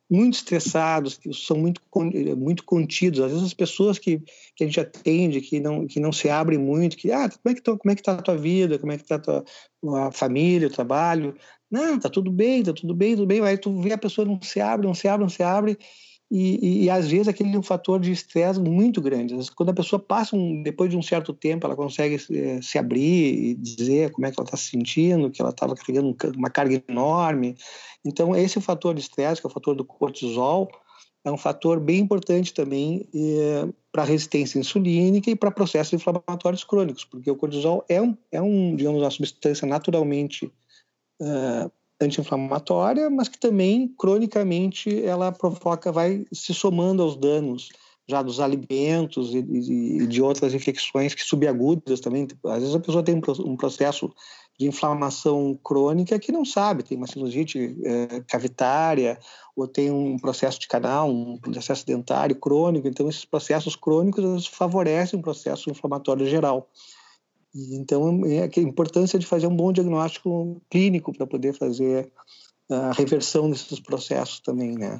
muito estressados, que são muito, muito contidos. Às vezes as pessoas que, que a gente atende, que não, que não se abrem muito, que, ah, como é que tá, como é que tá a tua vida, como é que tá a tua a família, o trabalho? Não, tá tudo bem, tá tudo bem, tudo bem. Aí tu vê a pessoa não se abre, não se abre, não se abre, e, e, e às vezes aquele é um fator de estresse muito grande. Às vezes, quando a pessoa passa, um, depois de um certo tempo, ela consegue se, se abrir e dizer como é que ela está se sentindo, que ela estava carregando uma carga enorme. Então, esse é o fator de estresse, que é o fator do cortisol, é um fator bem importante também é, para a resistência insulínica e para processos inflamatórios crônicos, porque o cortisol é, um, é um, digamos, uma substância naturalmente uh, anti-inflamatória, mas que também, cronicamente, ela provoca, vai se somando aos danos já dos alimentos e, e, e de outras infecções que subagudas também. Às vezes a pessoa tem um processo de inflamação crônica que não sabe, tem uma sinusite é, cavitária, ou tem um processo de canal, um processo dentário crônico. Então, esses processos crônicos favorecem um processo inflamatório geral. E, então, é a importância de fazer um bom diagnóstico clínico para poder fazer a reversão desses processos também, né?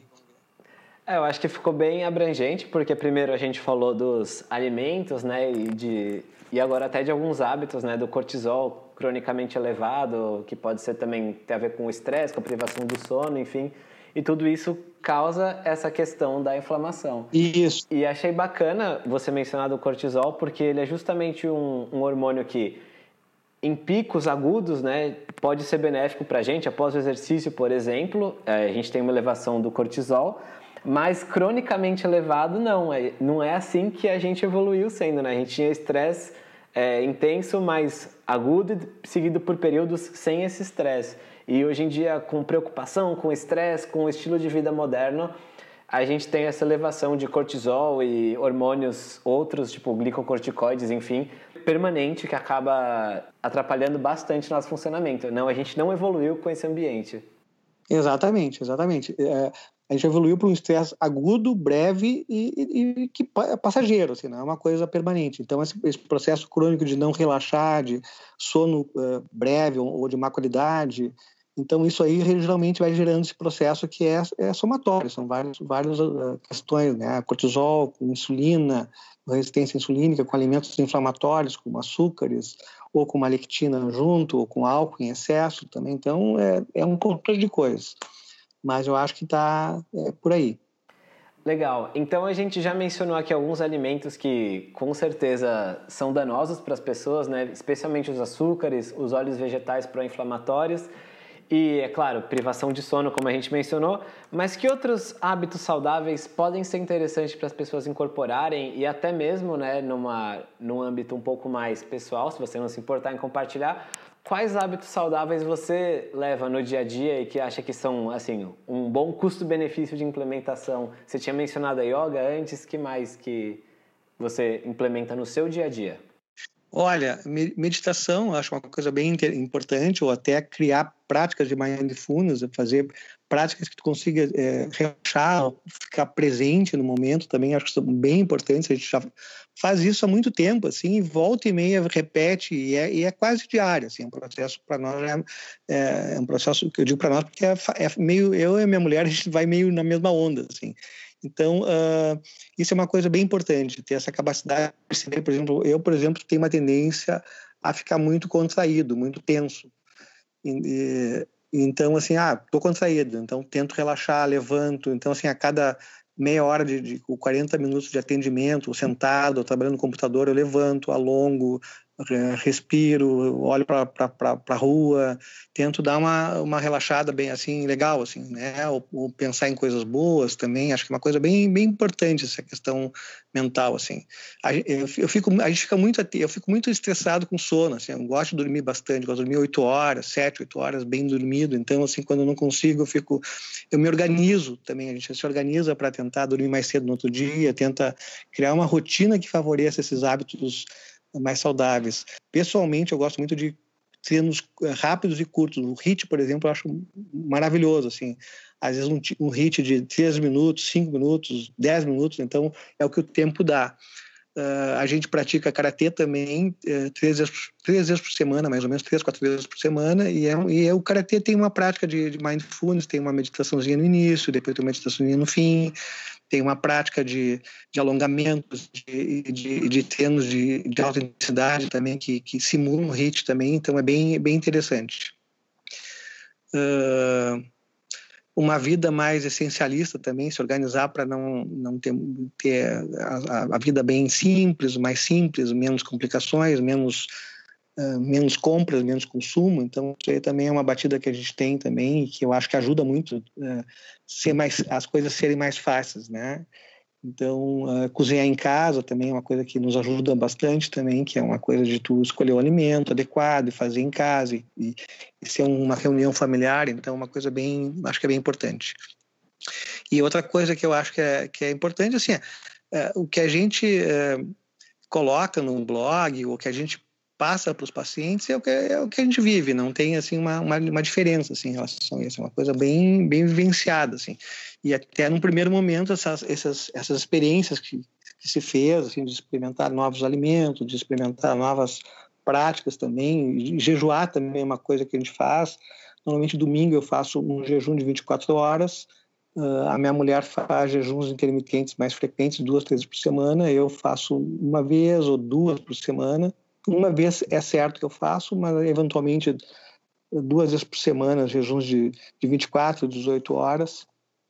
É, eu acho que ficou bem abrangente, porque primeiro a gente falou dos alimentos, né, e, de, e agora até de alguns hábitos, né, do cortisol cronicamente elevado, que pode ser também ter a ver com o estresse, com a privação do sono, enfim, e tudo isso causa essa questão da inflamação. Isso. E achei bacana você mencionar do cortisol, porque ele é justamente um, um hormônio que, em picos agudos, né, pode ser benéfico para a gente. Após o exercício, por exemplo, a gente tem uma elevação do cortisol, mas cronicamente elevado não. É, não é assim que a gente evoluiu sendo, né? A gente tinha estresse é, intenso, mas agudo, seguido por períodos sem esse estresse. E hoje em dia, com preocupação, com estresse, com o estilo de vida moderno, a gente tem essa elevação de cortisol e hormônios outros, tipo glicocorticoides, enfim, permanente, que acaba atrapalhando bastante o nosso funcionamento. Não, a gente não evoluiu com esse ambiente. Exatamente, exatamente. É, a gente evoluiu para um estresse agudo, breve e, e, e que é passageiro, assim, não é uma coisa permanente. Então, esse, esse processo crônico de não relaxar, de sono uh, breve ou, ou de má qualidade, então isso aí geralmente vai gerando esse processo que é, é somatório, são várias, várias uh, questões, né? Cortisol, com insulina, com resistência insulínica, com alimentos inflamatórios, como açúcares, ou com uma lectina junto, ou com álcool em excesso também. Então, é, é um conjunto de coisas. Mas eu acho que está é, por aí. Legal. Então, a gente já mencionou aqui alguns alimentos que, com certeza, são danosos para as pessoas, né? Especialmente os açúcares, os óleos vegetais pró-inflamatórios e, é claro, privação de sono, como a gente mencionou. Mas que outros hábitos saudáveis podem ser interessantes para as pessoas incorporarem e até mesmo, né, numa, num âmbito um pouco mais pessoal, se você não se importar em compartilhar, quais hábitos saudáveis você leva no dia a dia e que acha que são, assim, um bom custo-benefício de implementação? Você tinha mencionado a yoga antes, que mais que você implementa no seu dia a dia? Olha, meditação eu acho uma coisa bem importante, ou até criar práticas de mindfulness, fazer práticas que tu consiga é, relaxar, ficar presente no momento também, acho que são bem importantes. A gente já faz isso há muito tempo, assim, e volta e meia repete, e é, e é quase diário, assim, um processo para nós, é, é um processo que eu digo para nós, porque é, é meio, eu e minha mulher, a gente vai meio na mesma onda, assim. Então, uh, isso é uma coisa bem importante, ter essa capacidade de perceber, por exemplo, eu, por exemplo, tenho uma tendência a ficar muito contraído, muito tenso. E, e, então, assim, ah, tô contraído, então tento relaxar, levanto. Então, assim, a cada meia hora de, de quarenta minutos de atendimento, sentado, trabalhando no computador, eu levanto, alongo, respiro, olho para a rua, tento dar uma, uma relaxada bem assim, legal, assim, né? Ou, ou pensar em coisas boas também, acho que é uma coisa bem, bem importante essa questão mental, assim. Eu, eu fico, a gente fica muito, eu fico muito estressado com sono, assim, eu gosto de dormir bastante, gosto de dormir oito horas, sete, oito horas, bem dormido, então, assim, quando eu não consigo, eu fico, eu me organizo também, a gente se organiza para tentar dormir mais cedo no outro dia, tenta criar uma rotina que favoreça esses hábitos mais saudáveis. Pessoalmente, eu gosto muito de treinos rápidos e curtos. O H I I T, por exemplo, eu acho maravilhoso, assim. Às vezes um, um H I I T de três minutos, cinco minutos, dez minutos, então é o que o tempo dá. Uh, a gente pratica karatê também uh, três, vezes, três vezes por semana, mais ou menos, três, quatro vezes por semana. E, é, e é, o karatê tem uma prática de, de mindfulness, tem uma meditaçãozinha no início, depois tem uma meditaçãozinha no fim, tem uma prática de, de alongamentos, de, de, de treinos de, de alta intensidade também, que, que simulam o H I I T também, então é bem, bem interessante. Uh, uma vida mais essencialista também, se organizar para não, não ter, ter a, a vida bem simples, mais simples, menos complicações, menos, uh, menos compras, menos consumo. Então, isso aí também é uma batida que a gente tem também e que eu acho que ajuda muito uh, ser mais, as coisas serem mais fáceis, né? Então, uh, cozinhar em casa também é uma coisa que nos ajuda bastante também, que é uma coisa de tu escolher o alimento adequado e fazer em casa e, e ser uma reunião familiar, então é uma coisa bem, acho que é bem importante. E outra coisa que eu acho que é, que é importante, assim, é, é, o que a gente é, coloca no blog, o que a gente passa para os pacientes é o, que, é o que a gente vive, não tem assim uma, uma, uma diferença assim, em relação a isso, é uma coisa bem, bem vivenciada, assim. E até num primeiro momento essas, essas, essas experiências que, que se fez, assim, de experimentar novos alimentos, de experimentar novas práticas também, de jejuar também é uma coisa que a gente faz. Normalmente domingo eu faço um jejum de vinte e quatro horas, uh, a minha mulher faz jejuns intermitentes mais frequentes, duas, três por semana, eu faço uma vez ou duas por semana. Uma vez é certo que eu faço, mas eventualmente duas vezes por semana, jejuns de, de vinte e quatro, dezoito horas,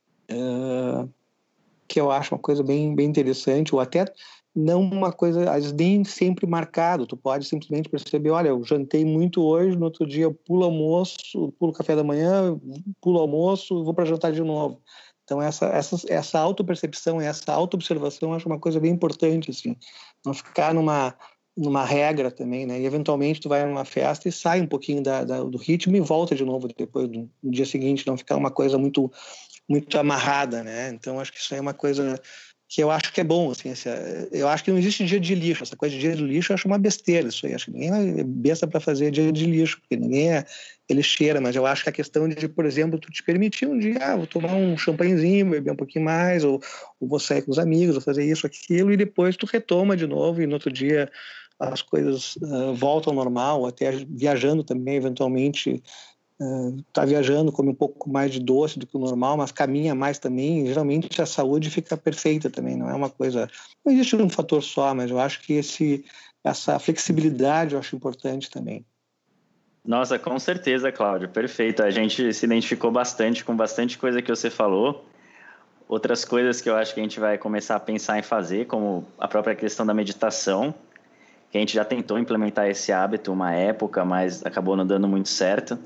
uh, que eu acho uma coisa bem, bem interessante, ou até não uma coisa, às vezes nem sempre marcado, tu pode simplesmente perceber, olha, eu jantei muito hoje, no outro dia eu pulo almoço, pulo café da manhã, pulo almoço, vou para jantar de novo. Então essa, essa, essa autopercepção, essa autoobservação eu acho uma coisa bem importante, assim, não ficar numa... numa regra também, né? E eventualmente tu vai numa festa e sai um pouquinho da, da, do ritmo e volta de novo depois do, no dia seguinte, não ficar uma coisa muito, muito amarrada, né? Então acho que isso aí é uma coisa que eu acho que é bom, assim, esse, eu acho que não existe dia de lixo, essa coisa de dia de lixo eu acho uma besteira isso aí, acho que ninguém é besta para fazer dia de lixo, porque ninguém é, ele cheira, mas eu acho que a questão de, por exemplo, tu te permitir um dia, ah, vou tomar um champanhezinho, beber um pouquinho mais, ou, ou vou sair com os amigos, vou fazer isso, aquilo, e depois tu retoma de novo e no outro dia as coisas uh, voltam ao normal, até viajando também, eventualmente, uh, tá viajando, come um pouco mais de doce do que o normal, mas caminha mais também, geralmente a saúde fica perfeita também, não é uma coisa, não existe um fator só, mas eu acho que esse, essa flexibilidade eu acho importante também. Nossa, com certeza, Cláudio, perfeito, a gente se identificou bastante com bastante coisa que você falou. Outras coisas que eu acho que a gente vai começar a pensar em fazer, como a própria questão da meditação, que a gente já tentou implementar esse hábito uma época, mas acabou não dando muito certo.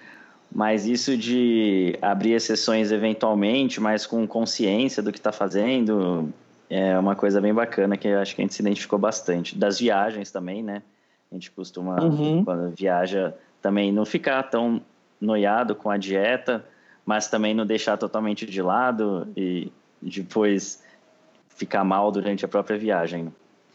Mas isso de abrir exceções eventualmente, mas com consciência do que está fazendo, é uma coisa bem bacana que eu acho que a gente se identificou bastante. Das viagens também, né? A gente costuma, uhum. quando viaja, também não ficar tão noiado com a dieta, mas também não deixar totalmente de lado e depois ficar mal durante a própria viagem.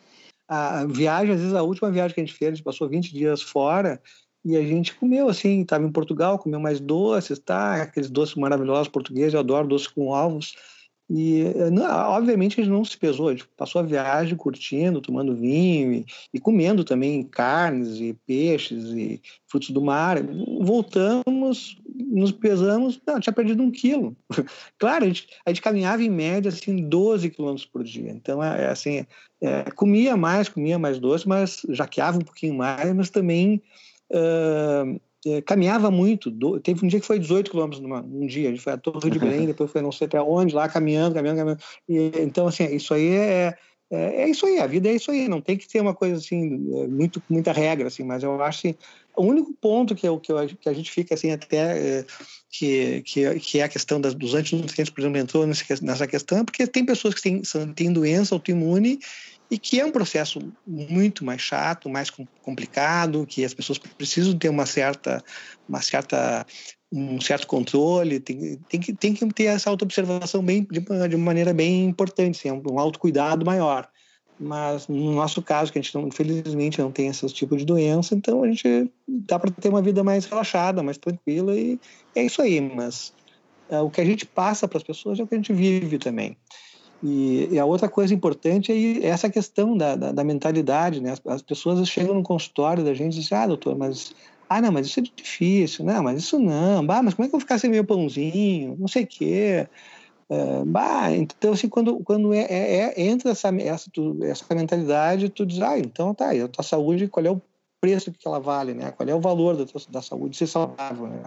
A viagem, às vezes a última viagem que a gente fez, a gente passou vinte dias fora e a gente comeu assim, estava em Portugal, comeu mais doces, tá? Aqueles doces maravilhosos portugueses, eu adoro doces com ovos. E, não, obviamente, a gente não se pesou, a gente passou a viagem curtindo, tomando vinho e, e comendo também carnes e peixes e frutos do mar. Voltamos, nos pesamos, não, tinha perdido um quilo. Claro, a gente, a gente caminhava em média assim, doze quilômetros por dia. Então, é, assim, é, comia mais, comia mais doce, mas jaqueava um pouquinho mais, mas também... Uh, É, caminhava muito, do, teve um dia que foi dezoito quilômetros numa, um dia, a gente foi a Torre de Belém, depois foi não sei até onde, lá caminhando, caminhando, caminhando, e, então assim, isso aí é, é, é isso aí, a vida é isso aí, não tem que ter uma coisa assim, muito, muita regra, assim, mas eu acho que o único ponto que, eu, que, eu, que a gente fica assim até, é, que, que, que é a questão das, dos antinutrientes, por exemplo, entrou nessa questão, é porque tem pessoas que têm, têm doença autoimune e que é um processo muito mais chato, mais complicado, que as pessoas precisam ter uma certa, uma certa, um certo controle, tem, tem, que, tem que ter essa autoobservação bem, de, uma, de uma maneira bem importante, assim, um autocuidado maior. Mas no nosso caso, que a gente não, infelizmente não tem esse tipo de doença, então a gente dá para ter uma vida mais relaxada, mais tranquila, e é isso aí. Mas é, o que a gente passa para as pessoas é o que a gente vive também. E, e a outra coisa importante é essa questão da, da, da mentalidade, né? As, as pessoas chegam no consultório da gente e dizem, ah, doutor, mas... Ah, não, mas isso é difícil. Não, mas isso não. Bah, mas como é que eu vou ficar sem meu pãozinho? Não sei o quê. É, bah, então, assim, quando, quando é, é, é, entra essa, essa, tu, essa mentalidade, tu diz, ah, então tá, a tua saúde, qual é o preço que ela vale, né? Qual é o valor da, tua, da saúde ser saudável, né?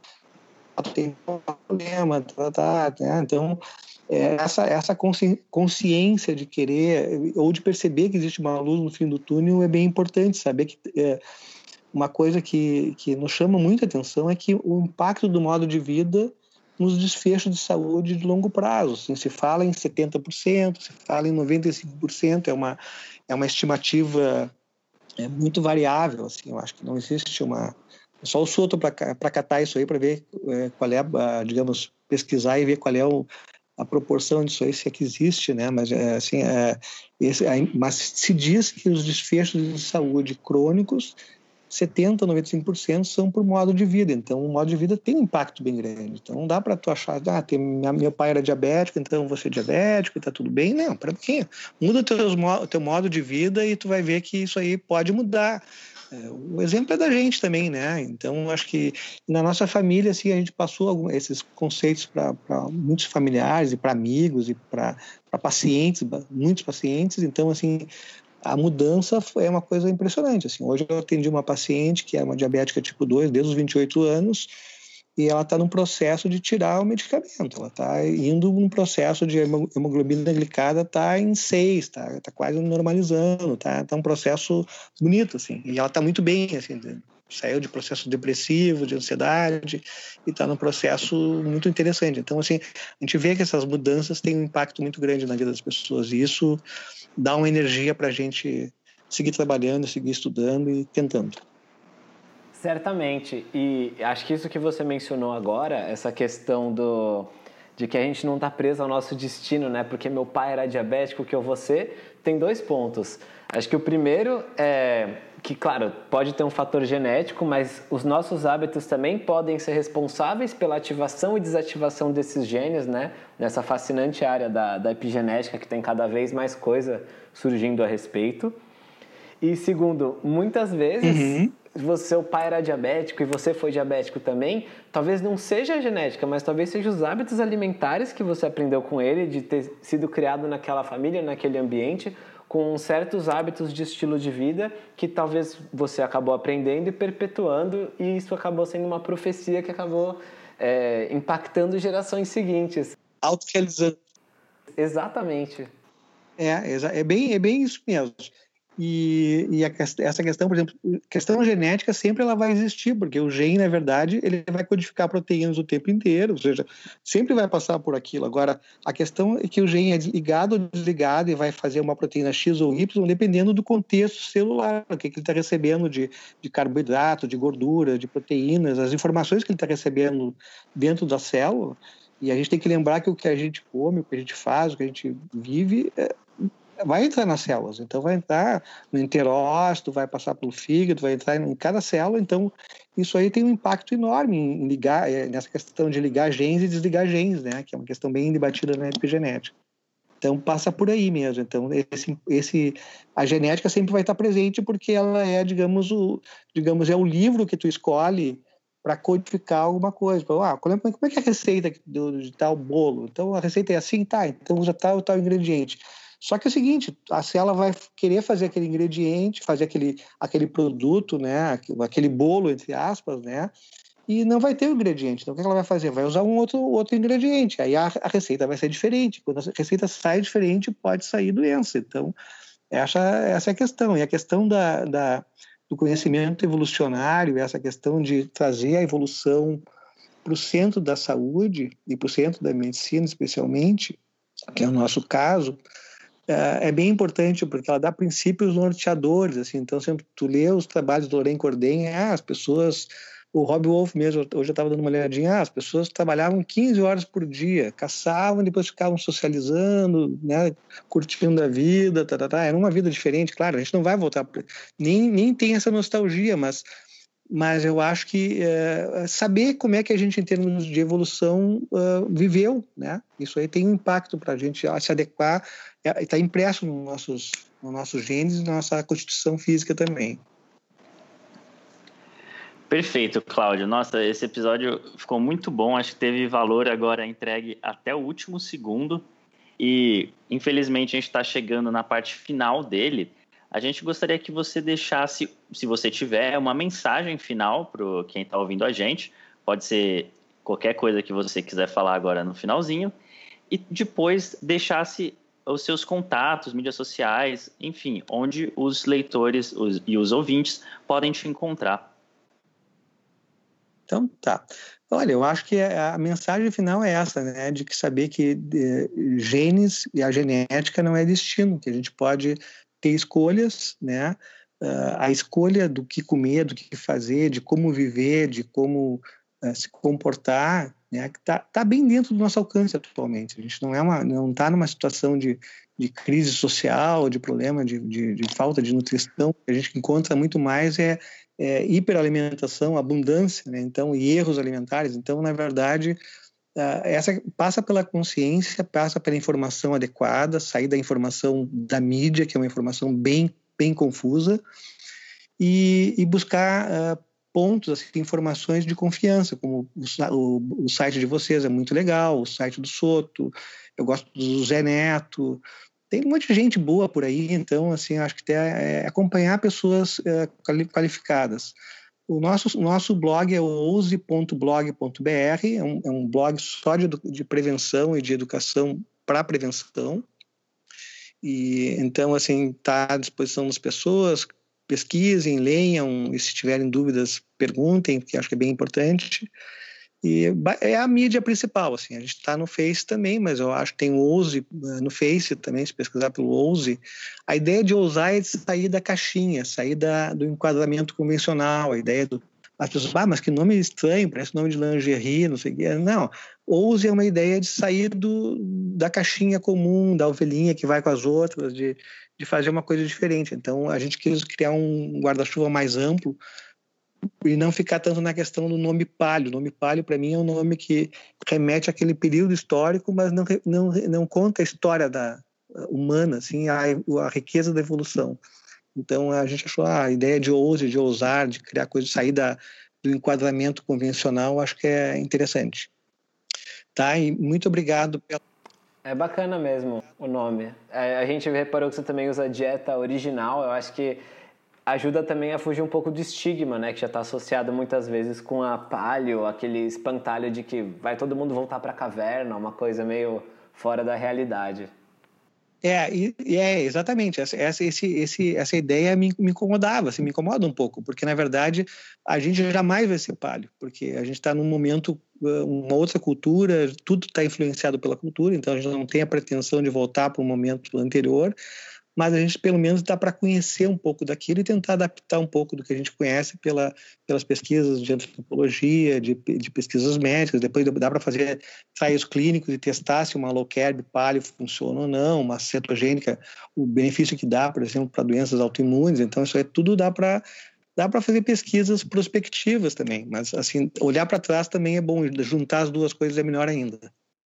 Tem problema, tá, tá, né? Então, é, essa, essa consci, consciência de querer, ou de perceber que existe uma luz no fim do túnel é bem importante, saber que... É, uma coisa que, que nos chama muita atenção é que o impacto do modo de vida nos desfechos de saúde de longo prazo. Assim, se fala em setenta por cento, se fala em noventa e cinco por cento, é uma, é uma estimativa é muito variável. Assim, eu acho que não existe uma... Só o Soto para catar isso aí, para ver é, qual é, a, digamos, pesquisar e ver qual é o, a proporção disso aí, se é que existe, né? Mas, é, assim, é, esse, mas se diz que os desfechos de saúde crônicos setenta, noventa e cinco por cento são por modo de vida. Então, o modo de vida tem um impacto bem grande. Então, não dá para tu achar, ah, tem, meu pai era diabético, então você é diabético e tá tudo bem. Não, para quem? Muda o teu modo de vida e tu vai ver que isso aí pode mudar. O exemplo é da gente também, né? Então, acho que na nossa família, assim, a gente passou algum, esses conceitos para muitos familiares e para amigos e para pacientes, muitos pacientes. Então, assim, a mudança é uma coisa impressionante. Assim, hoje eu atendi uma paciente que é uma diabética tipo dois, desde os vinte e oito anos, e ela está num processo de tirar o medicamento. Ela está indo num processo de hemoglobina glicada, está em seis, está tá quase normalizando, está tá um processo bonito, assim. E ela está muito bem, assim, saiu de processo depressivo, de ansiedade, e está num processo muito interessante. Então, assim, a gente vê que essas mudanças têm um impacto muito grande na vida das pessoas, e isso dá uma energia para a gente seguir trabalhando, seguir estudando e tentando. Certamente, e acho que isso que você mencionou agora, essa questão do, de que a gente não está preso ao nosso destino, né? Porque meu pai era diabético, que eu vou ser, tem dois pontos. Acho que o primeiro é que, claro, pode ter um fator genético, mas os nossos hábitos também podem ser responsáveis pela ativação e desativação desses genes, né? Nessa fascinante área da, da epigenética, que tem cada vez mais coisa surgindo a respeito. E segundo, muitas vezes... Uhum. Você, seu pai era diabético e você foi diabético também, talvez não seja a genética, mas talvez seja os hábitos alimentares que você aprendeu com ele, de ter sido criado naquela família, naquele ambiente, com certos hábitos de estilo de vida que talvez você acabou aprendendo e perpetuando, e isso acabou sendo uma profecia que acabou é, impactando gerações seguintes. Autorealizando. Exatamente. É, é bem, é bem isso mesmo. E, e a, essa questão, por exemplo, questão genética sempre ela vai existir, porque o gene, na verdade, ele vai codificar proteínas o tempo inteiro, ou seja, sempre vai passar por aquilo. Agora, a questão é que o gene é ligado ou desligado e vai fazer uma proteína X ou Y, dependendo do contexto celular, o que, que ele está recebendo de, de carboidrato, de gordura, de proteínas, as informações que ele está recebendo dentro da célula. E a gente tem que lembrar que o que a gente come, o que a gente faz, o que a gente vive... É, vai entrar nas células, então vai entrar no enterócito, vai passar pelo fígado, vai entrar em cada célula, então isso aí tem um impacto enorme em ligar, nessa questão de ligar genes e desligar genes, né, que é uma questão bem debatida na epigenética. Então passa por aí mesmo, então esse, esse, a genética sempre vai estar presente porque ela é, digamos, o, digamos, é o livro que tu escolhe para codificar alguma coisa. Ah, como é que é a receita de tal bolo? Então a receita é assim, tá, então usa tal tal ingrediente. Só que é o seguinte, a célula vai querer fazer aquele ingrediente, fazer aquele, aquele produto, né, aquele bolo, entre aspas, né, e não vai ter o ingrediente. Então, o que ela vai fazer? Vai usar um outro, outro ingrediente. Aí a, a receita vai ser diferente. Quando a receita sai diferente, pode sair doença. Então, essa, essa é a questão. E a questão da, da, do conhecimento evolucionário, essa questão de trazer a evolução para o centro da saúde e para o centro da medicina, especialmente, que é o nosso caso, é bem importante porque ela dá princípios norteadores, assim. Então sempre tu lê os trabalhos do Loren Corden, ah, as pessoas, o Rob Wolf mesmo, hoje eu estava dando uma olhadinha, ah, as pessoas trabalhavam quinze horas por dia, caçavam, depois ficavam socializando, né, curtindo a vida, tá, tá, tá. Era uma vida diferente, claro, a gente não vai voltar, nem, nem tem essa nostalgia, mas mas eu acho que é, saber como é que a gente, em termos de evolução, uh, viveu, né? Isso aí tem um impacto para a gente se adequar, está impresso nos nossos, nos nossos genes e na nossa constituição física também. Perfeito, Cláudio. Nossa, esse episódio ficou muito bom, acho que teve valor agora entregue até o último segundo e, infelizmente, a gente está chegando na parte final dele. A gente gostaria que você deixasse, se você tiver, uma mensagem final para quem está ouvindo a gente. Pode ser qualquer coisa que você quiser falar agora no finalzinho. E depois deixasse os seus contatos, mídias sociais, enfim, onde os leitores os, e os ouvintes podem te encontrar. Então, tá. Olha, eu acho que a mensagem final é essa, né? De que saber que de, genes e a genética não é destino, que a gente pode ter escolhas, né? Uh, a escolha do que comer, do que fazer, de como viver, de como uh, se comportar, né? Que tá, tá bem dentro do nosso alcance atualmente. A gente não é uma, não está numa situação de, de crise social, de problema de, de, de falta de nutrição. A gente encontra muito mais é, é hiperalimentação, abundância, né? Então, e erros alimentares. Então, na verdade, Uh, essa passa pela consciência, passa pela informação adequada, sair da informação da mídia, que é uma informação bem, bem confusa, e, e buscar uh, pontos, assim, informações de confiança, como o, o, o site de vocês é muito legal, o site do Soto, eu gosto do Zé Neto, tem um monte de gente boa por aí, então, assim, acho que tem, é, acompanhar pessoas é, qualificadas. O nosso, nosso blog é o ouse ponto blog ponto b r, é um, é um blog só de, de prevenção e de educação para prevenção. E, então, assim, está à disposição das pessoas, pesquisem, leiam, e se tiverem dúvidas, perguntem, porque acho que é bem importante. E é a mídia principal, assim, a gente está no Face também, mas eu acho que tem o Ouse no Face também, se pesquisar pelo Ouse. A ideia de ousar é de sair da caixinha, sair da, do enquadramento convencional, a ideia do... As pessoas, ah, mas que nome estranho, parece nome de lingerie, não sei o quê. Não, ouse é uma ideia de sair do, da caixinha comum, da ovelhinha que vai com as outras, de, de fazer uma coisa diferente. Então, a gente quis criar um guarda-chuva mais amplo, e não ficar tanto na questão do nome Palio. O nome Palio, para mim, é um nome que remete àquele período histórico, mas não, não, não conta a história da, humana, assim, a, a riqueza da evolução. Então, a gente achou ah, a ideia de ouse, de ousar, de criar coisas, sair da, do enquadramento convencional, acho que é interessante. Tá? E muito obrigado pela... É bacana mesmo o nome. A gente reparou que você também usa dieta original, eu acho que ajuda também a fugir um pouco do estigma, né, que já está associado muitas vezes com a paleo, aquele espantalho de que vai todo mundo voltar para a caverna, uma coisa meio fora da realidade. É, é exatamente, essa, essa, esse, esse, essa ideia me, me incomodava, assim, me incomoda um pouco, porque na verdade a gente jamais vai ser paleo, porque a gente está num momento, uma outra cultura, tudo está influenciado pela cultura, então a gente não tem a pretensão de voltar para um momento anterior, mas a gente pelo menos dá para conhecer um pouco daquilo e tentar adaptar um pouco do que a gente conhece pela, pelas pesquisas de antropologia, de, de pesquisas médicas, depois dá para fazer ensaios clínicos e testar se uma low carb paleo funciona ou não, uma cetogênica, o benefício que dá, por exemplo, para doenças autoimunes, então isso aí tudo dá para dá para fazer pesquisas prospectivas também, mas assim, olhar para trás também é bom, juntar as duas coisas é melhor ainda.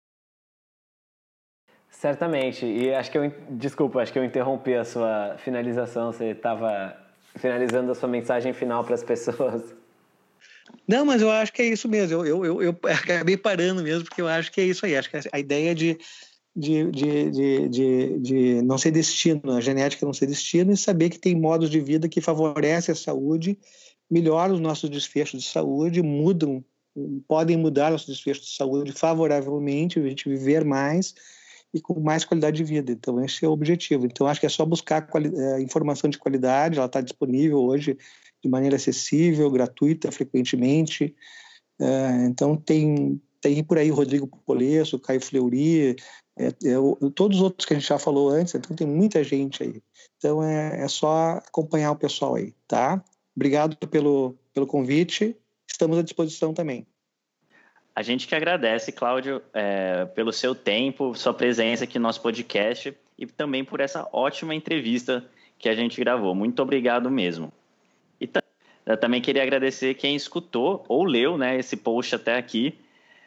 Certamente, e acho que eu, desculpa, acho que eu interrompi a sua finalização, você estava finalizando a sua mensagem final para as pessoas. Não, mas eu acho que é isso mesmo, eu, eu, eu, eu acabei parando mesmo, porque eu acho que é isso aí, acho que a ideia de, de, de, de, de, de não ser destino, a genética não ser destino, e saber que tem modos de vida que favorecem a saúde, melhoram os nossos desfechos de saúde, mudam, podem mudar nossos desfechos de saúde favoravelmente, a gente viver mais e com mais qualidade de vida. Então, esse é o objetivo. Então, acho que é só buscar quali- é, informação de qualidade, ela está disponível hoje de maneira acessível, gratuita, frequentemente. É, então, tem, tem por aí o Rodrigo Polesso, o Caio Fleury, é, é, o, todos os outros que a gente já falou antes, então tem muita gente aí. Então, é, é só acompanhar o pessoal aí, tá? Obrigado pelo, pelo convite, estamos à disposição também. A gente que agradece, Cláudio, é, pelo seu tempo, sua presença aqui no nosso podcast e também por essa ótima entrevista que a gente gravou. Muito obrigado mesmo. E t- Eu também queria agradecer quem escutou ou leu, né, esse post até aqui.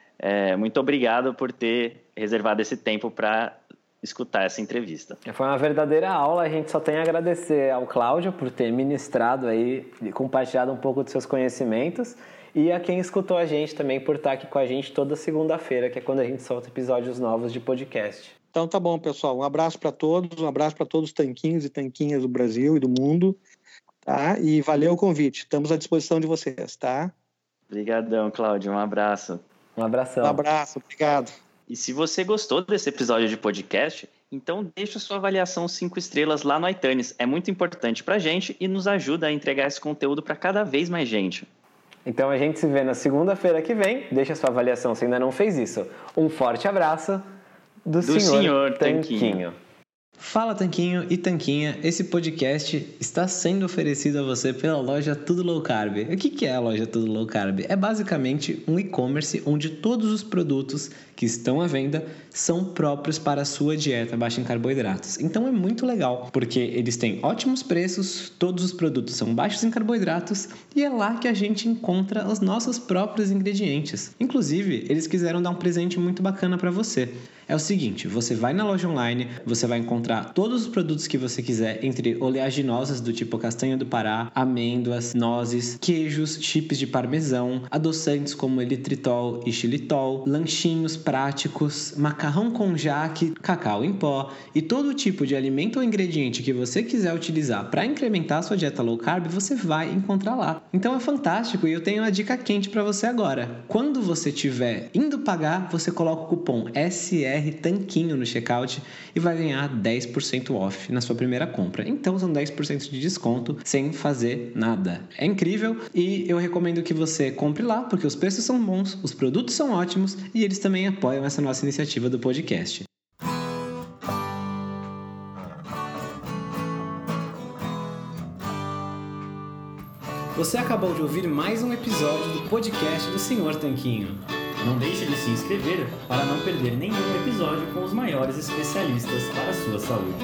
É, muito obrigado por ter reservado esse tempo para escutar essa entrevista. Foi uma verdadeira aula, a gente só tem a agradecer ao Cláudio por ter ministrado aí, compartilhado um pouco dos seus conhecimentos, e a quem escutou a gente também por estar aqui com a gente toda segunda-feira, que é quando a gente solta episódios novos de podcast. Então tá bom, pessoal. Um abraço para todos, um abraço para todos os tanquinhos e tanquinhas do Brasil e do mundo, tá? E valeu o convite. Estamos à disposição de vocês, tá? Obrigadão, Cláudio. Um abraço. Um abração. Um abraço, obrigado. E se você gostou desse episódio de podcast, então deixa sua avaliação cinco estrelas lá no iTunes. É muito importante pra gente e nos ajuda a entregar esse conteúdo para cada vez mais gente. Então a gente se vê na segunda-feira que vem. Deixa sua avaliação se ainda não fez isso. Um forte abraço do, do senhor, senhor Tanquinho. Tanquinho. Fala Tanquinho e Tanquinha, esse podcast está sendo oferecido a você pela loja Tudo Low Carb. O que é a loja Tudo Low Carb? É basicamente um e-commerce onde todos os produtos que estão à venda são próprios para a sua dieta baixa em carboidratos. Então é muito legal, porque eles têm ótimos preços, todos os produtos são baixos em carboidratos e é lá que a gente encontra os nossos próprios ingredientes. Inclusive, eles quiseram dar um presente muito bacana para você. É o seguinte, você vai na loja online, você vai encontrar todos os produtos que você quiser, entre oleaginosas do tipo castanha do Pará, amêndoas, nozes, queijos, chips de parmesão, adoçantes como eritritol e xilitol, lanchinhos práticos, macarrão com jaque, cacau em pó e todo tipo de alimento ou ingrediente que você quiser utilizar para incrementar a sua dieta low carb, você vai encontrar lá. Então é fantástico e eu tenho uma dica quente para você agora. Quando você estiver indo pagar, você coloca o cupom S R Tanquinho no checkout e vai ganhar dez por cento off na sua primeira compra. Então são dez por cento de desconto sem fazer nada. É incrível e eu recomendo que você compre lá porque os preços são bons, os produtos são ótimos e eles também apoiam essa nossa iniciativa do podcast. Você acabou de ouvir mais um episódio do podcast do senhor Tanquinho. Não deixe de se inscrever para não perder nenhum episódio com os maiores especialistas para a sua saúde.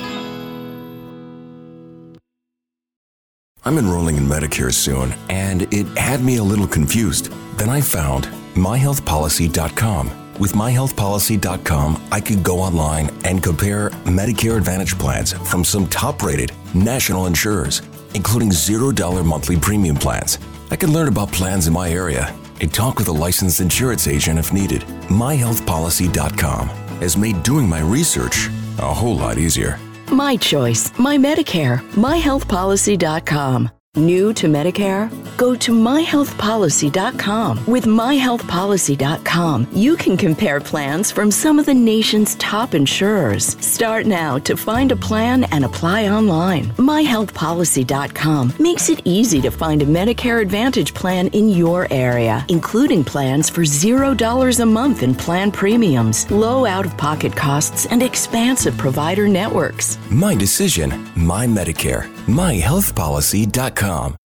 I'm enrolling in Medicare soon, and it had me a little confused. Then I found my health policy dot com. With my health policy dot com, I could go online and compare Medicare Advantage plans from some top-rated national insurers, including zero dollar monthly premium plans. I could learn about plans in my area and talk with a licensed insurance agent if needed. my health policy dot com has made doing my research a whole lot easier. My choice, my Medicare, my health policy dot com. New to Medicare? Go to my health policy dot com. With my health policy dot com, you can compare plans from some of the nation's top insurers. Start now to find a plan and apply online. my health policy dot com makes it easy to find a Medicare Advantage plan in your area, including plans for zero dollars a month in plan premiums, low out-of-pocket costs, and expansive provider networks. My decision, my Medicare. my health policy dot com.